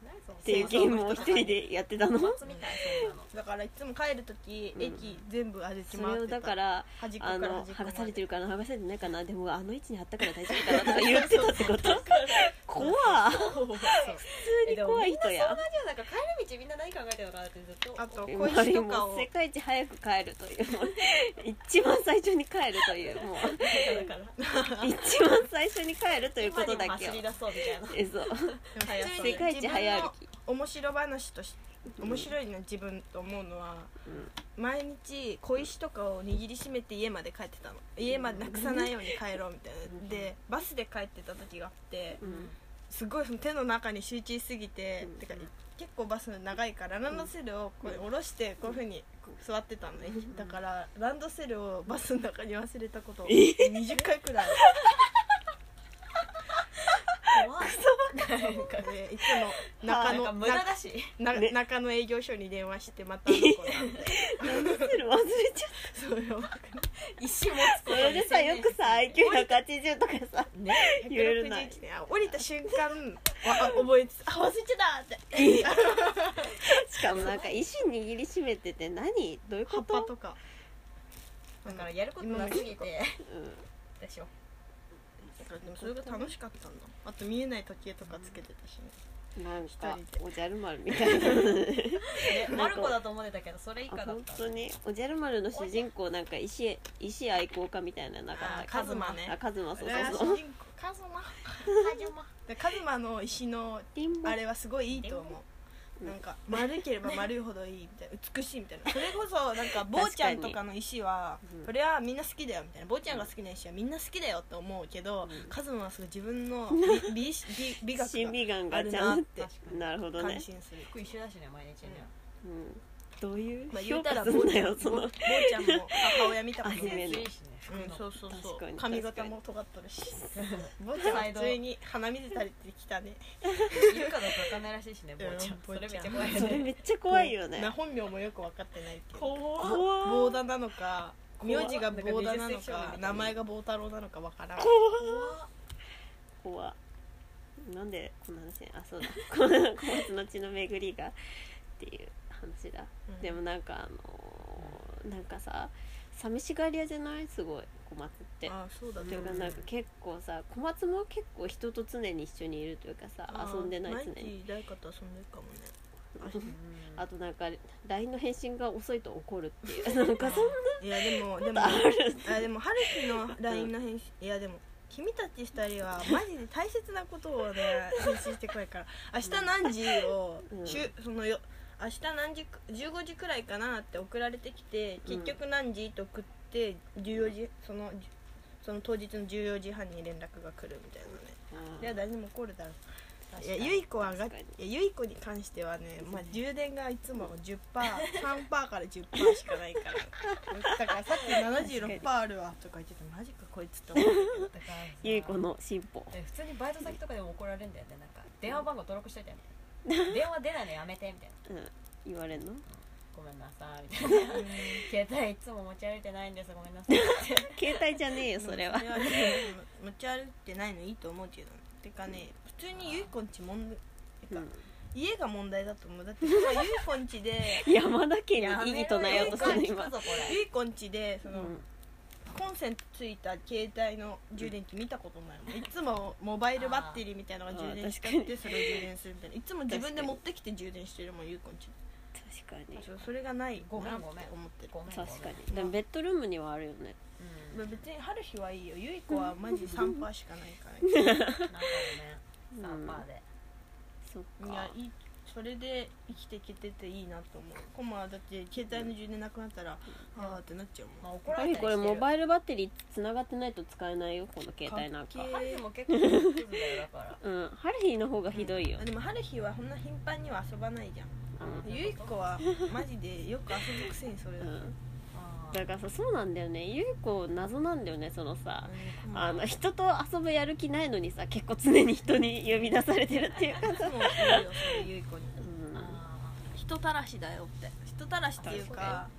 っていうゲームを一人でやってたの。 松みたいそんなのだからいつも帰るとき、 うん、 駅全部歩きそれを回ってた。 だから端っこあのから端っこまで剥がされてるかな剥がされてないかなでもあの位置に貼ったから大丈夫かなとか言ってたってこと怖っそう普通に怖い人や同じよなんか帰る道みんな何考えてるのかなってずっとあとえ小石ともかをう世界一早く帰るというもう一番最初に帰るというもうだから一番最初に帰るということだけを今にも走り出そうみたいなえそうでも普通に世界一早歩き面白話として面白いな自分と思うのは、毎日小石とかを握りしめて家まで帰ってたの。家までなくさないように帰ろうみたいなでバスで帰ってた時があって、 うんすごいその手の中に集中しすぎて、てか結構バス長いからランドセルをこれ下ろしてこういう風に座ってたのね。だからランドセルをバスの中に忘れたことをにじゅっかいくらい怖いなんかね、いつも中野なんか無駄だしなね中野営業所に電話してまたあの子なんでランドセル忘れちゃっそうよ石持つたそことにれでさよくさ アイキューひゃくはちじゅう とかさね言えるないひゃくろくじゅういちねあ降りた瞬間わあ覚えてたあ忘れちゃったってしかもなんか石握りしめてて何どういう葉ことっぱとかだからやることなすぎてうんでしょでもそれが楽しかったんだ。あと見えない時計とかつけてたしね。 なんか一人でおじゃる丸みたいなでマルコだと思ってたけどそれ以下あだった本当におじゃる丸の主人公なんか石石愛好家みたいなのなかったっけカズマねあカズマそうあれはそうそう主人公カズマカズマでカズマの石のリンボあれはすごいいいと思う。なんか丸ければ丸いほどいいみたいな美しいみたいなそれこそなんか坊ちゃんとかの石はうんそれはみんな好きだよみたいな坊ちゃんが好きな石はみんな好きだよって思うけど、 うんカズマはすごい自分の美美美美学審美眼があるがちゃんなってとなるほどね感心する。 服一緒だしね毎日ねうんどういうまあ、言評うたら価すんな坊ちゃん坊よその坊ちゃんも母親見たことないアニメのいいしね服うん、 のそうそうそ確かにう髪型も尖っとるし坊ちゃんは普通に鼻水垂れてきたねいるかどうかわかんないらしいしね坊ちゃんうんそれめっちゃ怖いよそれねめっちゃ怖いよねな本名もよく分かってないけど怖ボーダなのか怖っ名字がボーダなのなんか美術的少年みたいなか名前がボー太郎なのか分からん怖なんでこの話あそうだ小松の血の巡りがっていう話だ、 うんでもなんかあのーなんかさ寂しがり屋じゃないすごい小松ってあそうだというかなんか結構さ小松も結構人と常に一緒にいるというかさ遊んでない常に毎日誰かと遊んでるかもねあとなんか ライン の返信が遅いと怒るっていうなんかそんいやでもでもあるあでも春日の ライン の返信いやでも君たち二人はマジで大切なことをね返信してこないから明日何時を、 うんしゅそのよ明日何時じゅうごじくらいかなって送られてきて結局何時って送ってじゅうよじそのその当日のじゅうよじはんに連絡が来るみたいなねいや誰にも怒るだろういやゆい子はがい確かやゆい子に関してはね、まあ、充電がいつも じゅっパーセントさんパーセント から じゅっパーセント しかないからだからさっき ななじゅうろくパーセント あるわとか言っててマジかこいつって思うけどだからさゆい子の進歩え普通にバイト先とかでも怒られるんだよねなんか電話番号登録しといてみたいな電話出ないのやめてみたいなうん言われんのごめんなさいみたいな携帯いつも持ち歩いてないんですごめんなさいって携帯じゃねえよそれはそれはね持ち歩いてないのいいと思うけどてかね普通にゆいこんち問題てか、家が問題だと思うだって今ゆいこんちで山田家に異議唱えようとしてる今聞くぞこれゆいこんちでその、 うんコンセントついた携帯の充電器見たことないもんいつもモバイルバッテリーみたいなのが充電してあってそれを充電するみたいないつも自分で持ってきて充電してるもんゆいこんち確かにそうそれがないなってごめんごめん思ってるごめん確かにでもベッドルームにはあるよねうん別に春日はいいよゆい子はマジ さんパーセント しかないからなんかねさんパーセントでそっいやかいいそれで生きていけてていいなと思うコマはだって携帯の充電なくなったら、あーってなっちゃうもんまあ怒らやっぱりこれれたりしてるモバイルバッテリーつながってないと使えないよこの携帯なんかかっけハリーも結構クズだよだからうんハルヒの方がひどいよあでも春日はそんな頻繁には遊ばないじゃんうんゆい子はマジでよく遊ぶくせにそれだと、 うんあーだからさそうなんだよねゆい子謎なんだよねそのさうんあの人と遊ぶやる気ないのにさ結構常に人に呼び出されてるっていうかいつも言うよそれゆい子にうんあ人たらしだよって人たらしっていうか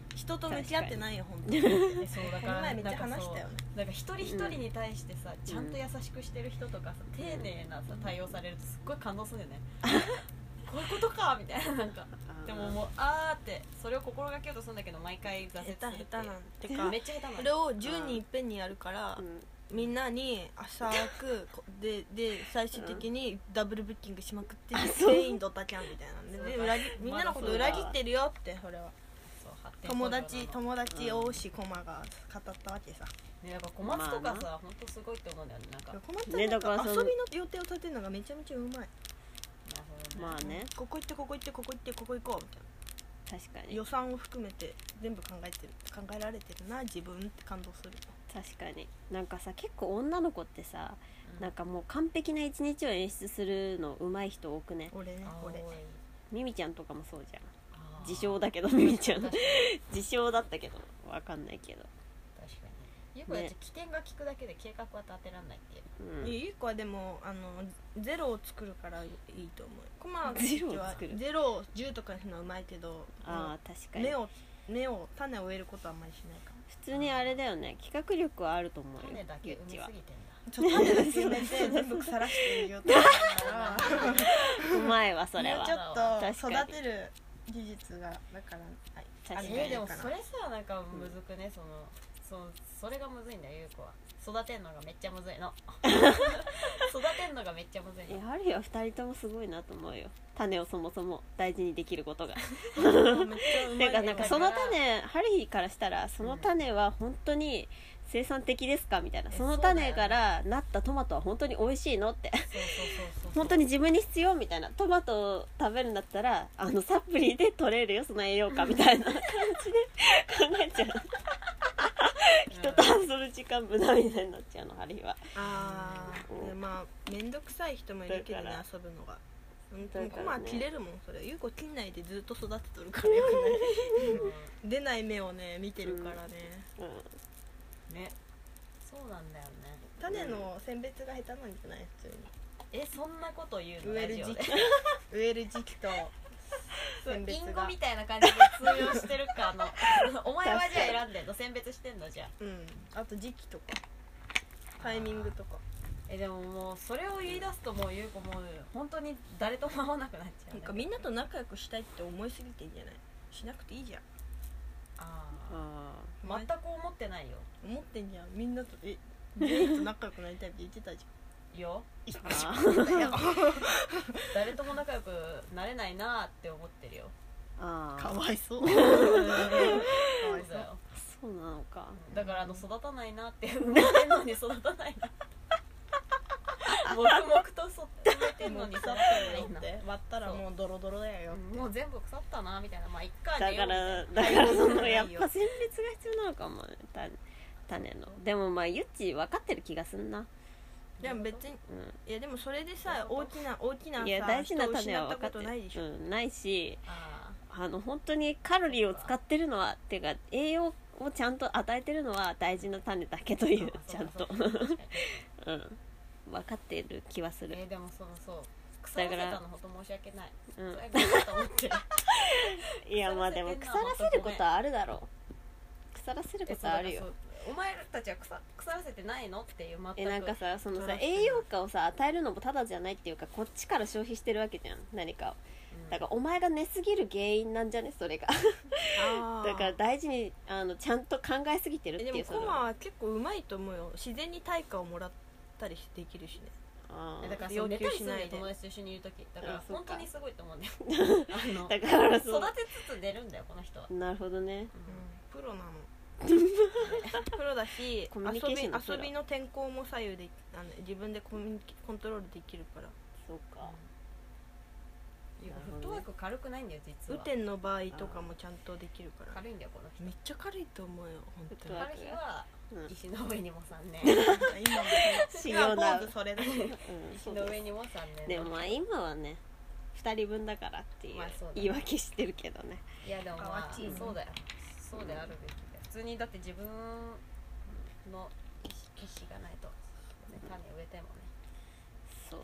人と向き合ってないよ本当にえそうだからこの前めっちゃなんかそう話したよねなんか一人一人に対してさ、ちゃんと優しくしてる人とかさ、丁寧なさ対応されるとすっごい感動するんだよねこういうことかみたいななんかでももうあーってそれを心がけようとするんだけど毎回挫折するって下手下手なんてかめっちゃ下手なのそれをじゅうにんいっぺんにやるからうんみんなに浅くこでで最終的にダブルブッキングしまくって全員ドタキャンみたいなんでそうで裏切みんなのこと裏切ってるよってそれはそう発展友途上なの達友達大志駒が語ったわけさね、だから小松とかさ、 まあなほんとすごいって思うんだよねなんか小松ねはなんかだからその遊びの予定を立てるのがめちゃめちゃうまいなるほどねまあねここ行ってここ行ってここ行ってここ行こうみたいな確かに予算を含めて全部考えてる考えられてるな自分って感動する確かになんかさ結構女の子ってさうんなんかもう完璧な一日を演出するの上手い人多くね俺ねあー俺ミミちゃんとかもそうじゃんあー自称だけどミミちゃん確かに自称だったけどわかんないけど確かにゆうこたち起点が効くだけで計画は立てらんないっていううんゆうこはでもあのゼロを作るからいいと思うコマゼロを作るゼロをじゅうとかにするのはうまいけどああ確かに根を根を種を植えることはあんまりしないかも普通にあれだよね企画力はあると思うよ種だけゆっちは産みすぎてんだちょっと種だけ埋めて全部腐らしてる状態だからうまいわそれはもうちょっと確かに育てる技術がだから、はい、 確かにあるんじゃないえー、でもかなそれさなんかむずくね、そのそうそれがむずいんだよゆうこは育てんのがめっちゃむずいの育てんのがめっちゃむずいのいやハリーはふたりともすごいなと思うよ種をそもそも大事にできることがめっちゃうまていかなんかその種ハリーからしたらその種は本当に生産的ですかみたいなえその種からなったトマトは本当に美味しいのってそうそうそうそう本当に自分に必要みたいなトマトを食べるんだったらあのサプリで取れるよその栄養価みたいな感じで考えちゃう人と遊ぶ時間無駄みたいになっちゃうのハリーはあーでまあ面倒くさい人もいるけどねだから遊ぶのがうんだからねコマ切れるもんそれゆうこ切んないでずっと育てとるからよくない出ない芽をね見てるからね、 うんうんねそうなんだよね種の選別が下手なんじゃない普通にえそんなこと言うの植えるラジオで時期植える時期と選別インゴがみたいな感じで通用してるかのお前はじゃあ選んでんの選別してんのじゃあうんあと時期とかタイミングとかえでももうそれを言い出すともうゆうこもう本当に誰とも会わなくなっちゃうなんかみんなと仲良くしたいって思いすぎてんじゃないしなくていいじゃんあああ全く思ってないよ思ってんじゃんみんなとえ全員と仲良くなりたいって言ってたじいやーあー誰とも仲良くなれないなって思ってるよあーゃんかわいそうそうかわいそうだよそうなのかだからあの育たないなって思ってんのに育たないな黙々と育ててんのに育たないなって割ったらもうドロドロだよもう全部腐ったなみたいなまあいっかだか寝ようみたいならだからそのやっぱ選別が必要なのかもね種種のでもまあゆっち分かってる気がすんなでも別にういやでもそれでさ大きな大きなさんいや大事な種は人を失ったこ分かってるとないでしょ、 うん、ないしああの本当にカロリーを使ってるのはっていうか栄養をちゃんと与えてるのは大事な種だけというーちゃんとそうかそうか確かにうん分かってる気はするえーでもそのそう腐らせたの本当申し訳ないうんそれごめんと思ってるいやまあでも腐らせることはあるだろう腐らせることはあるよえそうだからそうお前たちは腐腐らせてないのっていう全くえなんかさそのさ腐らせてない栄養価をさ与えるのもただじゃないっていうかこっちから消費してるわけじゃん何かをうんだからお前が寝すぎる原因なんじゃねそれがあーだから大事にあのちゃんと考えすぎてるってえでもいうそのコマは結構うまいと思うよ自然に対価をもらったりできるしねあーえだからそ要求う寝たりするんだよしないで友達と一緒にいる時だからあそうか本当にすごいと思うんだよあのだからそう育てつつ出るんだよこの人は、 なるほどねうんプロなのプロだしコミュニケーションのプロ遊び遊びの天候も左右であの自分でコミュニケコントロールできるからそうかいやなるほどねフットワーク軽くないんだよ実は雨天の場合とかもちゃんとできるから軽いんだよこの人めっちゃ軽いと思うよ本当にフットワークある日はうん石の上にもさんねん今も修行な今ポーズそれだしうん石そうですの上にもさんねんでもまあ今はねふたりぶんだからっていうまあそうだね言い訳してるけどねいやでもまあかわちいねそうだよそうであるべきだよ普通にだって自分の意思意思がないと、ね、種植えてもねそう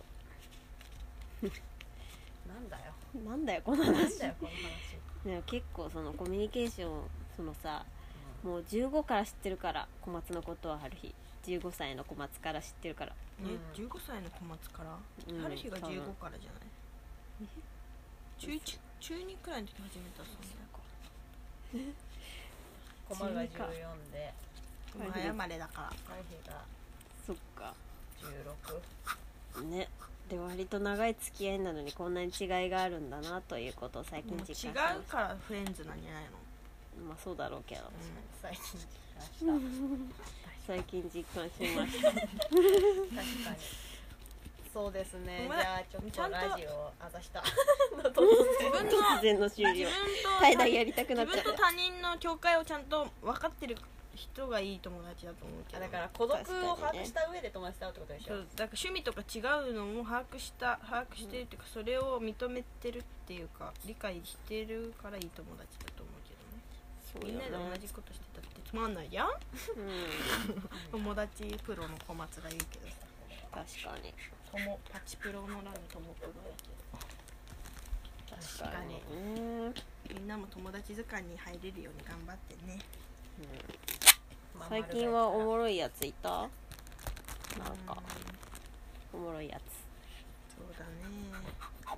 なんだよなんだよこのなん話だよこの話でも結構そのコミュニケーションそのさもうじゅうごから知ってるから小松のことは春日じゅうごさいの小松から知ってるから、 えじゅうごさいの小松から、 うん春日がじゅうご多分からじゃない中いち中にくらいの時始めたそうコマがじゅうよんでだ早生まれだから春日がそっかじゅうろくねで割と長い付き合いなのにこんなに違いがあるんだなということを最近実感し違うましたからフレンズなんじゃないの、 まあそうだろうけど最近実感した最近実感しました確かにそうですねじごめんゃあちょっちゃんととラジオをあざした自分の突然の終了自分と怠惰やりたくなっ自ちゃった分と他人の境界をちゃんと分かってる人がいい友達だと思うけどあだから孤独を把握した上で友達と会うってことでしょ、 そうだから趣味とか違うのも把握した把握してるっていうか、それを認めてるっていうか理解してるからいい友達だと思うけどねそうよみんなで同ねじことしてたってつまんないじゃんうん友達プロの小松が言うけど確かに友パチプロの欄に友プロやけど確かにねみんなも友達図鑑に入れるように頑張ってねまあ最近はおもろいやついたなんかおもろいやつそうだね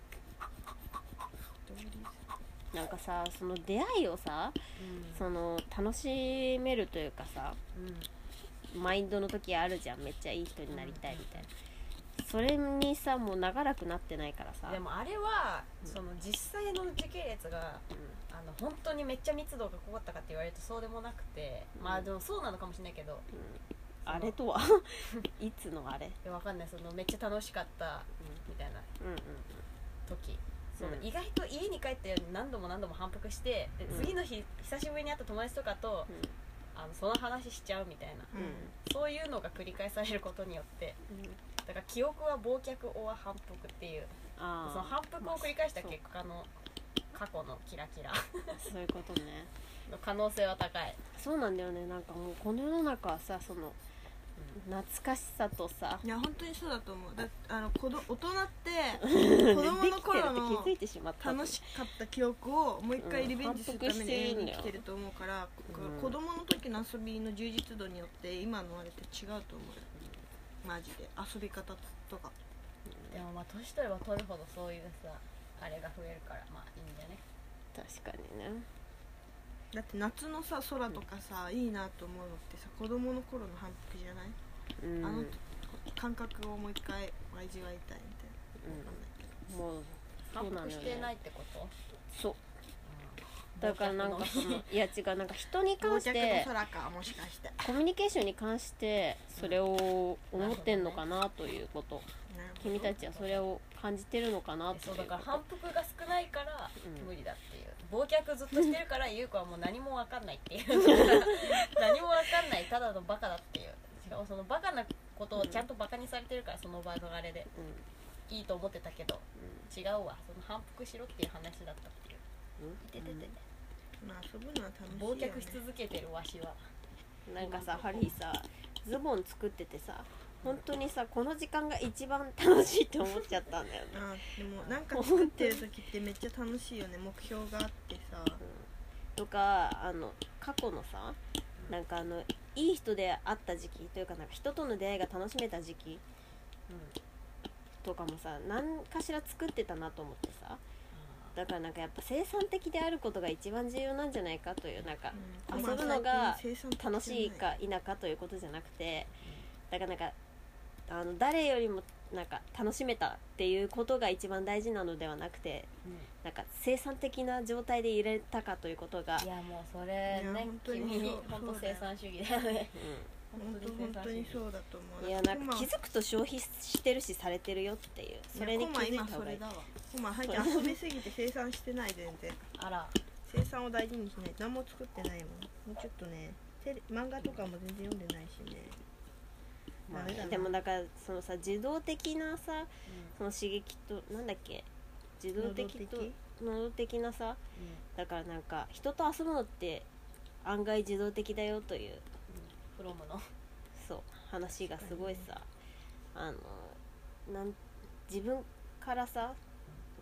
ストーリーズなんかさその出会いをさその楽しめるというかさマインドの時あるじゃんめっちゃいい人になりたいみたいなそれにさもう長らくなってないからさでもあれは、その実際の時系列があの本当にめっちゃ密度が濃かったかって言われるとそうでもなくて、 うんまあでもそうなのかもしれないけど、 うん、あれとはいつのあれいやわかんないそのめっちゃ楽しかったみたいなうんうん時そのうん意外と家に帰って何度も何度も反復してでうん次の日久しぶりに会った友達とかと、あのその話しちゃうみたいな、 うんうんそういうのが繰り返されることによってうんだから記憶は忘却オア反復っていうあその反復を繰り返した結果の過去のキラキラそういうことねの可能性は高い、 そうなんだよねなんかもうこの世の中はさその懐かしさとさいや本当にそうだと思うだあの子ど大人って子供の頃のできてるって気づいてしまった楽しかった記憶をもう一回リベンジするために永遠に生きてると思うから、 うん子供の時の遊びの充実度によって今のあれって違うと思うよマジで遊び方とかでもまあ年取れば取るほどそういうさあれが増えるからまあいいんじゃね確かにねだって夏のさ空とかさ、いいなと思うのってさ子供の頃の反復じゃない、 うんあの感覚をもう一回味わいたいみたいな、わかんないけどもう反そうなのよ復してないねってことそうだからなんかそのいや違うなんか人に関し到着ての空かもしかしてコミュニケーションに関してそれを思ってんのかなということ、君たちはそれを感じてるのかなということそうだから反復が少ないからうん無理だっていう、忘却ずっとしてるから優子はもう何も分かんないっていう何も分かんないただのバカだっていうしかもそのバカなことをちゃんとバカにされてるからその場のあれでうんいいと思ってたけど違うわその反復しろっていう話だったっていううんいてててまあ遊ぶのは楽しい忘よ、ね、 却し続けてるわしはなんかさハリーさズボン作っててさ本当にさこの時間が一番楽しいって思っちゃったんだよね、 あでもなんか作ってる時ってめっちゃ楽しいよね目標があってさうんとかあの過去のさなんかあのいい人で会った時期というかなんか人との出会いが楽しめた時期とかもさ何かしら作ってたなと思ってさだからなんかやっぱ生産的であることが一番重要なんじゃないかというなんかうん遊ぶのが最近生産的じゃない楽しいか否かということじゃなくてだからなんかあの誰よりもなんか楽しめたっていうことが一番大事なのではなくてなんか生産的な状態でいれたかということが、 いやもうそれいやね本当に君そう本当生産主義だよね本本当に当本当生産主義にそうだと思う、 ういやなんか気づくと消費してるしされてるよっていうそれに気づいた方がいいコマ今それだわコマ最近遊びすぎて生産してない全然あら生産を大事にしない何も作ってないもんもうちょっとねテレ漫画とかも全然読んでないしねまあダメだなでもだからそのさ受動的なさその刺激となんだっけ受動的と能動的なさだからなんか人と遊ぶのって案外受動的だよというフロムのそう話がすごいさあのなん自分からさ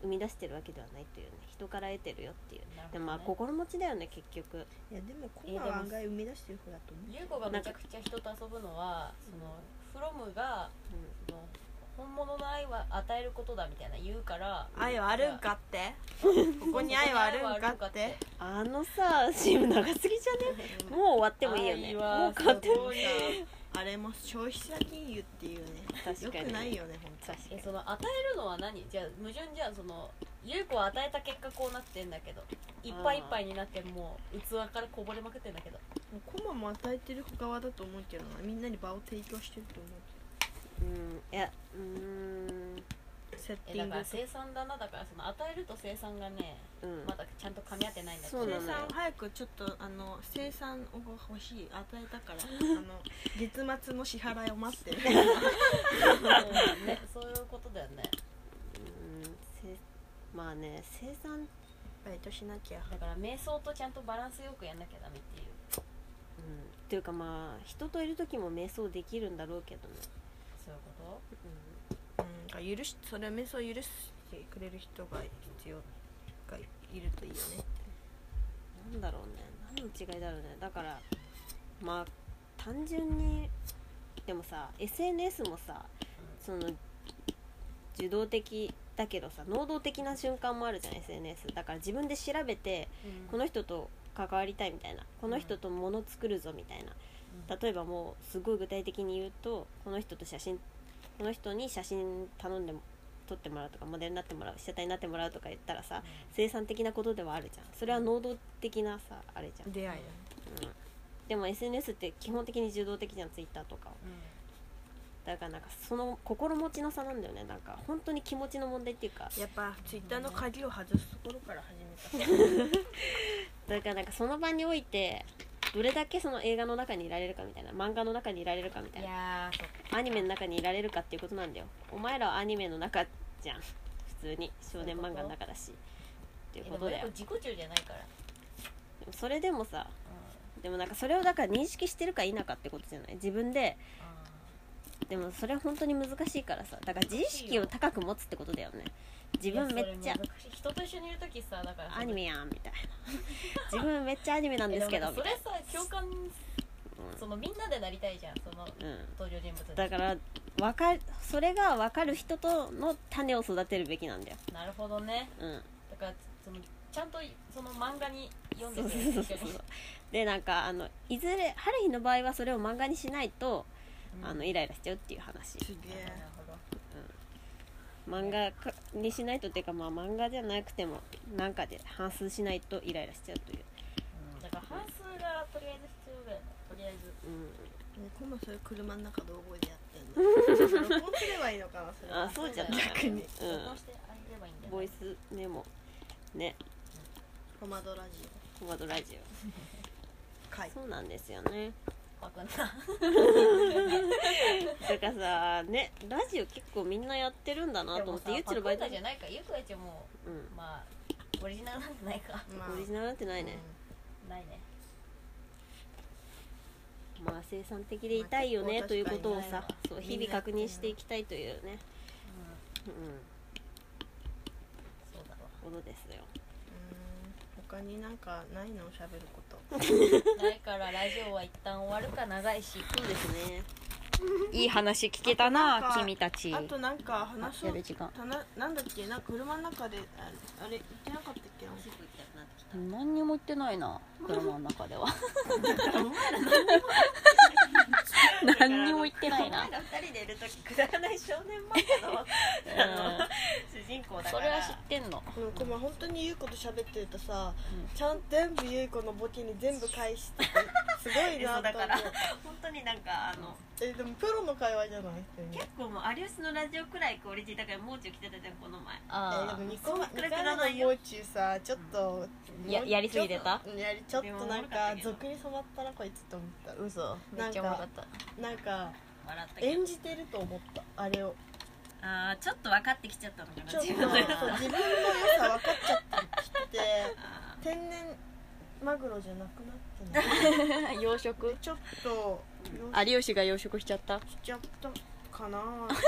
生み出してるわけではないというね、人から得てるよっていう、 なるほどねでもまあ心持ちだよね結局。 いやでもコマは案外生み出してる方だと思う。 優子がめちゃくちゃ人と遊ぶのはそのフロムがその本物の愛は与えることだみたいな言うから、 愛はあるんかって、ここに愛はあるんかって。 あのさ シーエム 長すぎじゃねもう終わってもいいよね。 愛はもう変わってもそこにあれも消費者金融っていうね、 確かによくないよね本当に。 えその与えるのは何じゃあ矛盾じゃん。その優子は与えた結果こうなってんだけど、いっぱいいっぱいになってもう器からこぼれまくってんだけど、 コマも与えてる側だと思うけどな、みんなに場を提供してると思ううんいやうーんけど。セッえティングとだから生産だな。だからその与えると生産がねうんまだちゃんと噛み合ってないんだけど、 そうなのよ生産早くちょっとあの生産を欲しい、与えたからあの月末の支払いを待ってるうんね、そういうことだよね。 うんせまあね生産、 バイトしなきゃ。 だから瞑想とちゃんとバランスよくやんなきゃダメっていう。 うん、っていうかまあ人といる時も瞑想できるんだろうけどね、 そういうこうん、許しそれは瞑想を許してくれる人が必要がいるといいよね。 なんだろうね、何の違いだろうね。だからまあ単純にでもさ エスエヌエス もさその受動的だけどさ能動的な瞬間もあるじゃん エスエヌエス だから自分で調べてと、 この人と関わりたいみたいな、この人と物作るぞみたいな、例えばもうすごい具体的に言うとこの人と写真この人に写真頼んでも撮ってもらうとかモデルになってもらう被写体になってもらうとか言ったらさ、生産的なことではあるじゃん。それは能動的なさあれじゃん、 出会いだね。 うん、でも エスエヌエス って基本的に受動的じゃん、ツイッターとかうんだからなんかその心持ちの差なんだよね。なんか本当に気持ちの問題っていうか、 やっぱツイッターの鍵を外すところから始めた。 だからなんかその場においてどれだけその映画の中にいられるかみたいな、漫画の中にいられるかみたいいな、 やーそっかアニメの中にいられるかっていうことなんだよ。お前らはアニメの中じゃん、普通に少年漫画の中だしっていうえことだよ。 でも自己中じゃないから、 でもそれでもさ、 うでもなんかそれをだから認識してるか否かってことじゃない、自分で。 んでもそれは本当に難しいからさ、だから自意識を高く持つってことだよね。自分めっちゃいやそれ難しい。人と一緒にいるときさ、だからアニメやんみたいな自分めっちゃアニメなんですけどみたいえでもなんかそれさ共感、そのみんなでなりたいじゃん、そのな、うん登場人物にだからわかる、それが分かる人との種を育てるべきなんだよ。 なるほどね。 うんだからそのちゃんとその漫画に読んでそうくれるそうそうそうでなんかあのいずれ春日の場合はそれを漫画にしないと、 うんあのイライラしちゃうっていう話。 すげえ。 なるほど。 漫画かにしないとっていうか、まあ漫画じゃなくてもなんかで反数しないとイライラしちゃうという、 だから半数がとりあえず必要だよね。とりあえずうん、 コマそれ車の中で覚えてやってんの。録音すればいいのかなそれ。 あそうじゃん逆うんに録音してあげればいいんだよね。 ボイスメモね、 コマドラジコマドラジオ回オ。そうなんですよね。 わかんない。 だからさね、ラジオ結構みんなやってるんだなと思って、 でもさゆうちの場合パクったじゃないか。ゆうこやちもうんまあオリジナルなんてないか。 まあオリジナルなんてないね、 ないね。 まあ生産的でいたいよね、 まあということをさ結構確かそう日々確認していきたいというね、 うんうん、 そうだわ。 ことですよ。 うん他になんかないの喋ること。 ないからラジオは一旦終わるか。長いし。 そうですね。 いい話聞けたななんか君たち。 あとなんか話そうやる時間たななんだっけ、なんか車の中でああれ言ってなかったっけな。 何にも言ってないな、車の中では。何にも言ってないな。 ふたりでいるときくだらない少年漫画のあの主人公だから。 それは知ってんの。 でもコマ本当に優子と喋ってるとさ、ちゃんと全部優子のボケに全部返しててすごいなと思う。 そうだから本当になんかあのえでもプロの会話じゃない。 結構もう有吉のラジオくらいクオリティだからもう中来てたじゃんこの前。 えあでもニコマそんくらいニカくだらないよのもう中さちょっと、 ややりすぎてたうんやりちょっとなんでもおもろかったかけど俗に染まったなこいつって思った。 嘘。めっちゃおもろかった。 なんか笑ったけど演じてると思ったあれを。 ああちょっと分かってきちゃったのかなちょっと自分の良さそう自分の良さ分かっちゃってきてあ天然マグロじゃなくなってない養殖ちょっと有吉が養殖しちゃった。 しちゃったかなーって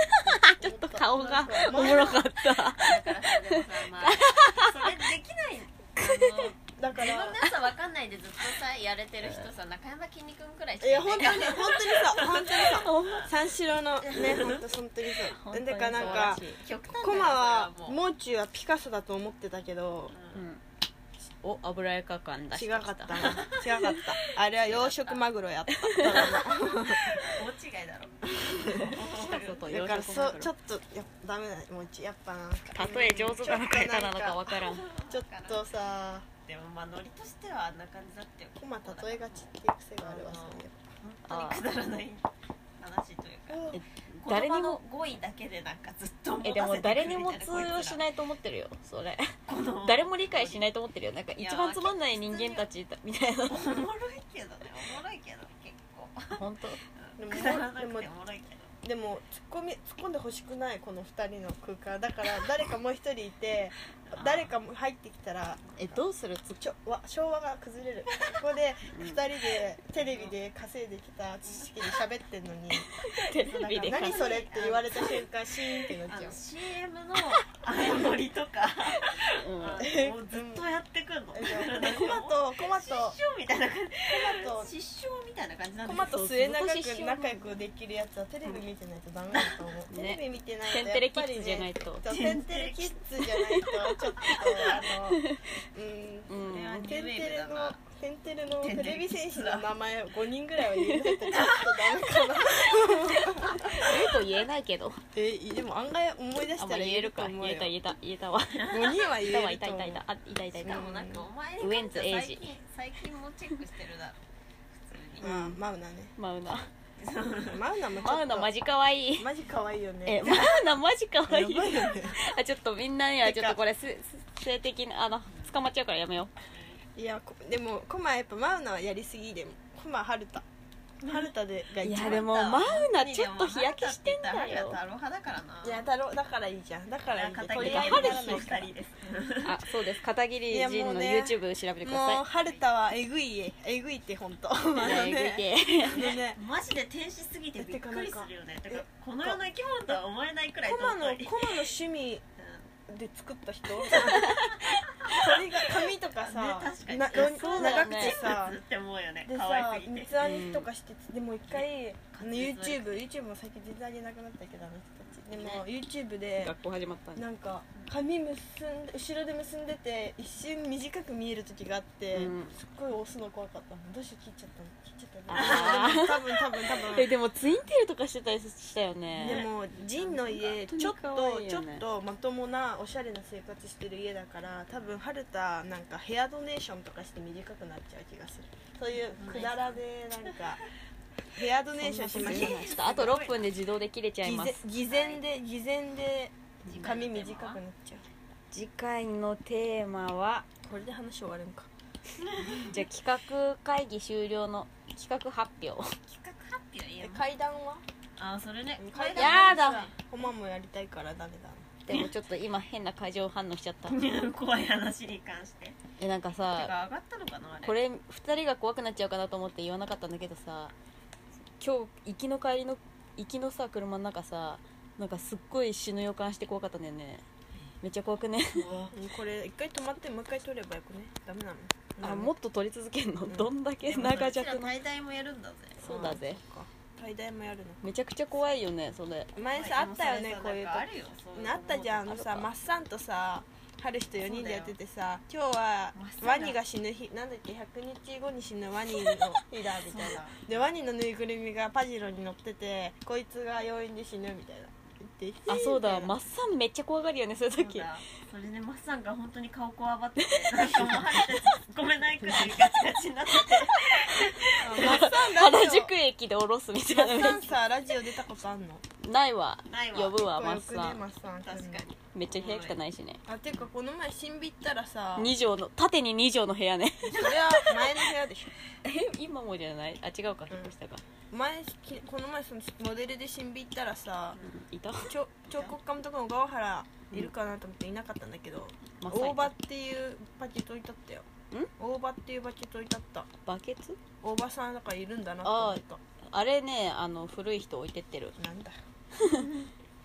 ちょっと顔がおもろかっただからさでもさまあそれできないだから自分でさ分かんないでずっとさやれてる人さ中山きんに君くらいしかいやいない本当に本当にそう本当にそう三四郎のね本当本当にそうだからなんか極端だよコマはそれはもうもう中はピカソだと思ってたけどお油やか感出してき違かったな違かったあれは養殖マグロやった大違いだろだからそうちょっとやっぱダメだねもうちやっぱなんか例え上手なのか下手なのかわからんちょっとさでもまあノリとしてはあんな感じだったよコマ例えがちっていう癖があるわそういえ本当にくだらない話というかば誰にも言葉の語彙だけでなんかずっとえでも誰にも通用しいないと思ってるよそれこの誰も理解しないと思ってるよなんか一番つまんない人間たちみたいなおもろいけどねおもろいけど結構本当でもくだらなくておもでもろいけどでも突っ込み突っ込んでほしくないこのふたりの空間だから誰かもう一人いて誰かも入ってきたらえどうするつちょわ昭和が崩れるここでふたりでテレビで稼いできた知識で喋ってんのにテレビでなんか何それって言われた瞬間シーンってなっちゃうあの シーエム のあのノリとかうんもうずっとやってくんのえでもコマとコマと失笑みたいな感じコマと失笑みたいな感じなんコですよマと末永く仲良くできるやつはテレビ見てないとダメだと思う、 ねテレビ見てないとテンテレキッズじゃないととテンテレキッズじゃないとちょっとあのうんうんそれはテンテレのテンテレのテテンテレレビ選手の名前をごにんぐらいは言えないとちょっとダメかな言うと言えないけどえでも案外思い出しあまあたら言えるか言えると思うよ言えた言えた言えたわごにんは言いたわえると思ういたいたいたあいたいたいしたかもなんかお前にウエンツエイジ最近最近もチェックしてるだろ普通にうんマウナねマウナマウナもちょっとマウナマジ可愛いマジ可愛いよねえマウナマジ可愛いやばいよねあちょっとみんなにはちょっとこれすす性的なあの捕まっちゃうからやめよいやこでもコマやっぱマウナはやりすぎでもコマハルタハルタでがうい一番やでもマウナちょっと日焼けしてんだハルタよ太郎派だからないや太郎だからいいじゃんだからいいじゃん片桐とりあえず春ならないから日の二人ですあそうです片桐いや仁のもうね YouTube 調べてくだもうさハルタはえぐいええぐいって本当あのいねねねあのねマジで天使すぎてびっくりするよねてかこの世の生き物とは思えないくらいコマの尊いコマの趣味で作った人それが髪とかさ、 ね確かになそうだよね長くてさって思うよねで可愛さすぎて三つ編みとかしてて、でも一回あの滑舌 YouTube YouTube も最近全然上げなくなったけどあの人たちでも YouTube で学校始まったんだなんか髪結んで後ろで結んでて一瞬短く見える時があって、 うんすっごい押すの怖かったのどうして切っちゃったの切っちゃったのあーでも多分多分多分えでもツインテールとかしてたりしたよねでもジンの家本ちょっ当に可愛とちょっいよねとまともなおしゃれな生活してる家だから多分春田なんかヘアドネーションとかして短くなっちゃう気がするそういうくだらでなんかヘアドネーションしましょうちょっとあとろっぷんで自動で切れちゃい偽ます偽善で偽善で髪短くなっちゃう次回のテーマはこれで話終わるんかじゃあ企画会議終了の企画発表企画発表いいよえ階段はあそれね階段やだコマもやりたいからダメだでもちょっと今変な過剰反応しちゃった怖い話に関してえなんかてさか上がったのかなあれこれふたりが怖くなっちゃうかなと思って言わなかったんだけどさ今日行きの帰りの行きのさ車の中さなんかすっごい死ぬ予感して怖かったんだよねめっちゃ怖くねうんこれ一回止まってもう一回取ればよくねダメなのあもっと撮り続けんの、 うんどんだけでも長うちら尺の大体もやるんだぜそうだぜ対談もやるのめちゃくちゃ怖いよねそれ前さあったよねこういうとあるよそういうあったじゃんあのさあるかマッサンとさ春日とよにんでやっててさ今日はマッサンがワニが死ぬ日なんだっけひゃくにちごに死ぬワニの日だみたいなそうだでワニのぬいぐるみがパジロに乗っててこいつが要因で死ぬみたいな言ってあそうだみたいなマッサンめっちゃ怖がるよねそういう時そうだそれでマッサンが本当に顔こわばっててなんかもう晴れて突っ込めないくらいガチガチになっててマッサン原宿駅で降ろすみたマッいなサンさラジオ出たことあんのないわないわ呼ぶわマッよくねサンマッサン確かにめっちゃ部屋汚いしねあていうかこの前新美行ったらさに畳の縦にに畳の部屋ねそれは前の部屋でしょえ今もじゃないあ違うか引っ越したか、 前きこの前そのモデルで新美行ったらさいたちょ彫刻家のところの川原いるかなと思っていなかったんだけど、 マッサン大葉っていうバケツ置いてあったよ大葉っていうバケツ置いてあったバケツ大葉さんだからいるんだなと思ったあれねあの古い人置いてってるなんだよ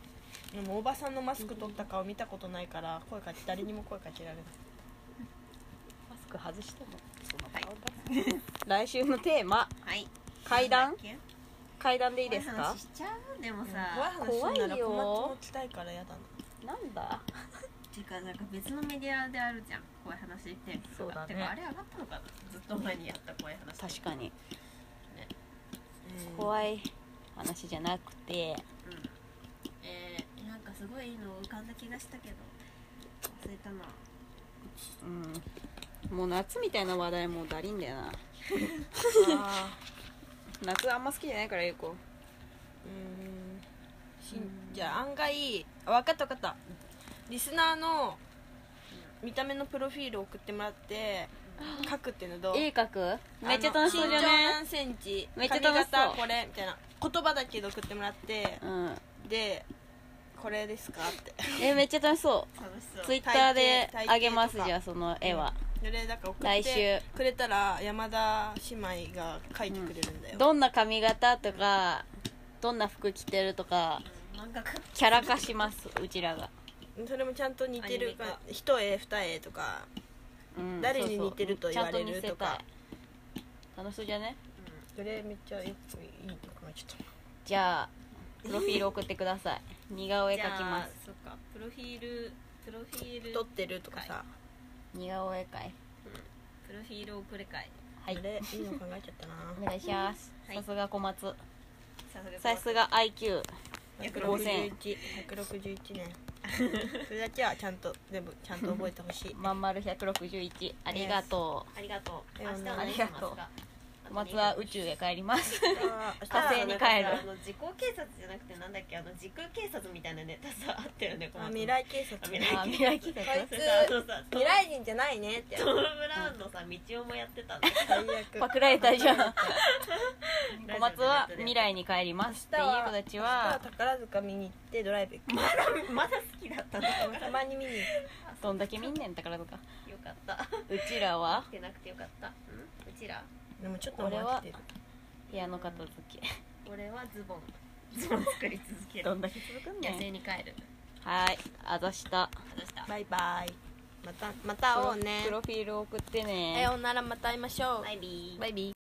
でもおばさんのマスク取った顔見たことないから声かけ誰にも声かけられない。 マスク外してもその顔出す、来週のテーマはい階段なんだっけ階段でいいですか怖い話しちゃうでもさ、 怖い話するなら怖いよ小松持ちたいからやだな。 なんだてかなんか別のメディアであるじゃん怖い話ってんそうだねてかあれ上がったのかなずっと前にやった怖い話確かにねうん怖い話じゃなくてうんえー、なんかすごいいいの浮かんだ気がしたけど忘れたなうんもう夏みたいな話題もうだりんだよなあ夏あんま好きじゃないからゆうこーうーんしんじゃあ案外あ分かった分かったリスナーの見た目のプロフィールを送ってもらって書くっていうのどう？ 絵描くめっちゃ楽しそうじゃあの身長ね何センチめっちゃ楽しそう髪型これみたいな言葉だけど送ってもらってうんでこれですかってえめっちゃ楽しそう楽しそうツイッターで体型あげます体型とかじゃあその絵は、 それだから送っ来て週くれたら山田姉妹が書いてくれるんだよ、 どんな髪型とかどんな服着てるとか漫画家キャラ化しますうちらが、 それもちゃんと似てるかアニメ化一重二重とかうん誰に似てると言われるそうそうちゃんとか似せたい楽しそうじゃねそれめっちゃよくいいとこがちょっとじゃあプロフィール送ってください似顔絵描きますそっかプロフィールプロフィール撮ってるとかさ、 似顔絵描いプロフィール送れ会はいあれいいの考えちゃったなお願いしますはいさすが小松ささすが アイキューひゃくごろくじゅせうんいち ひゃくろくじゅういちねんそれだけはちゃんと全部ちゃんと覚えてほしいまんまるひゃくろくじゅういちありがとありがとう明日は何しますかう小松は宇宙へ帰りますあー火星に帰るあの時効警察じゃなくてなんだっけあの時空警察みたいなネタさあったよねあ未来警察あ未来あ未来警察こいつあのさ未来人じゃないねってトム・ブラウンのさ道夫もやってたんだよ最悪パクられたじゃん小松は未来に帰りますっていう子たち明日はは宝塚見に行ってドライブ行くまだ好きだったのよたまに見に行どんだけ見んねん宝塚かったうちらは見てなくてよかったんうちらくでもちょっと待ってる部屋の片付け俺はズボンズボン作り続けるどんだけ続くん野ねん生に帰るはいあざした外したバイバイまたまた会おうねプロフィール送ってねえおならまた会いましょうバイビーバイビー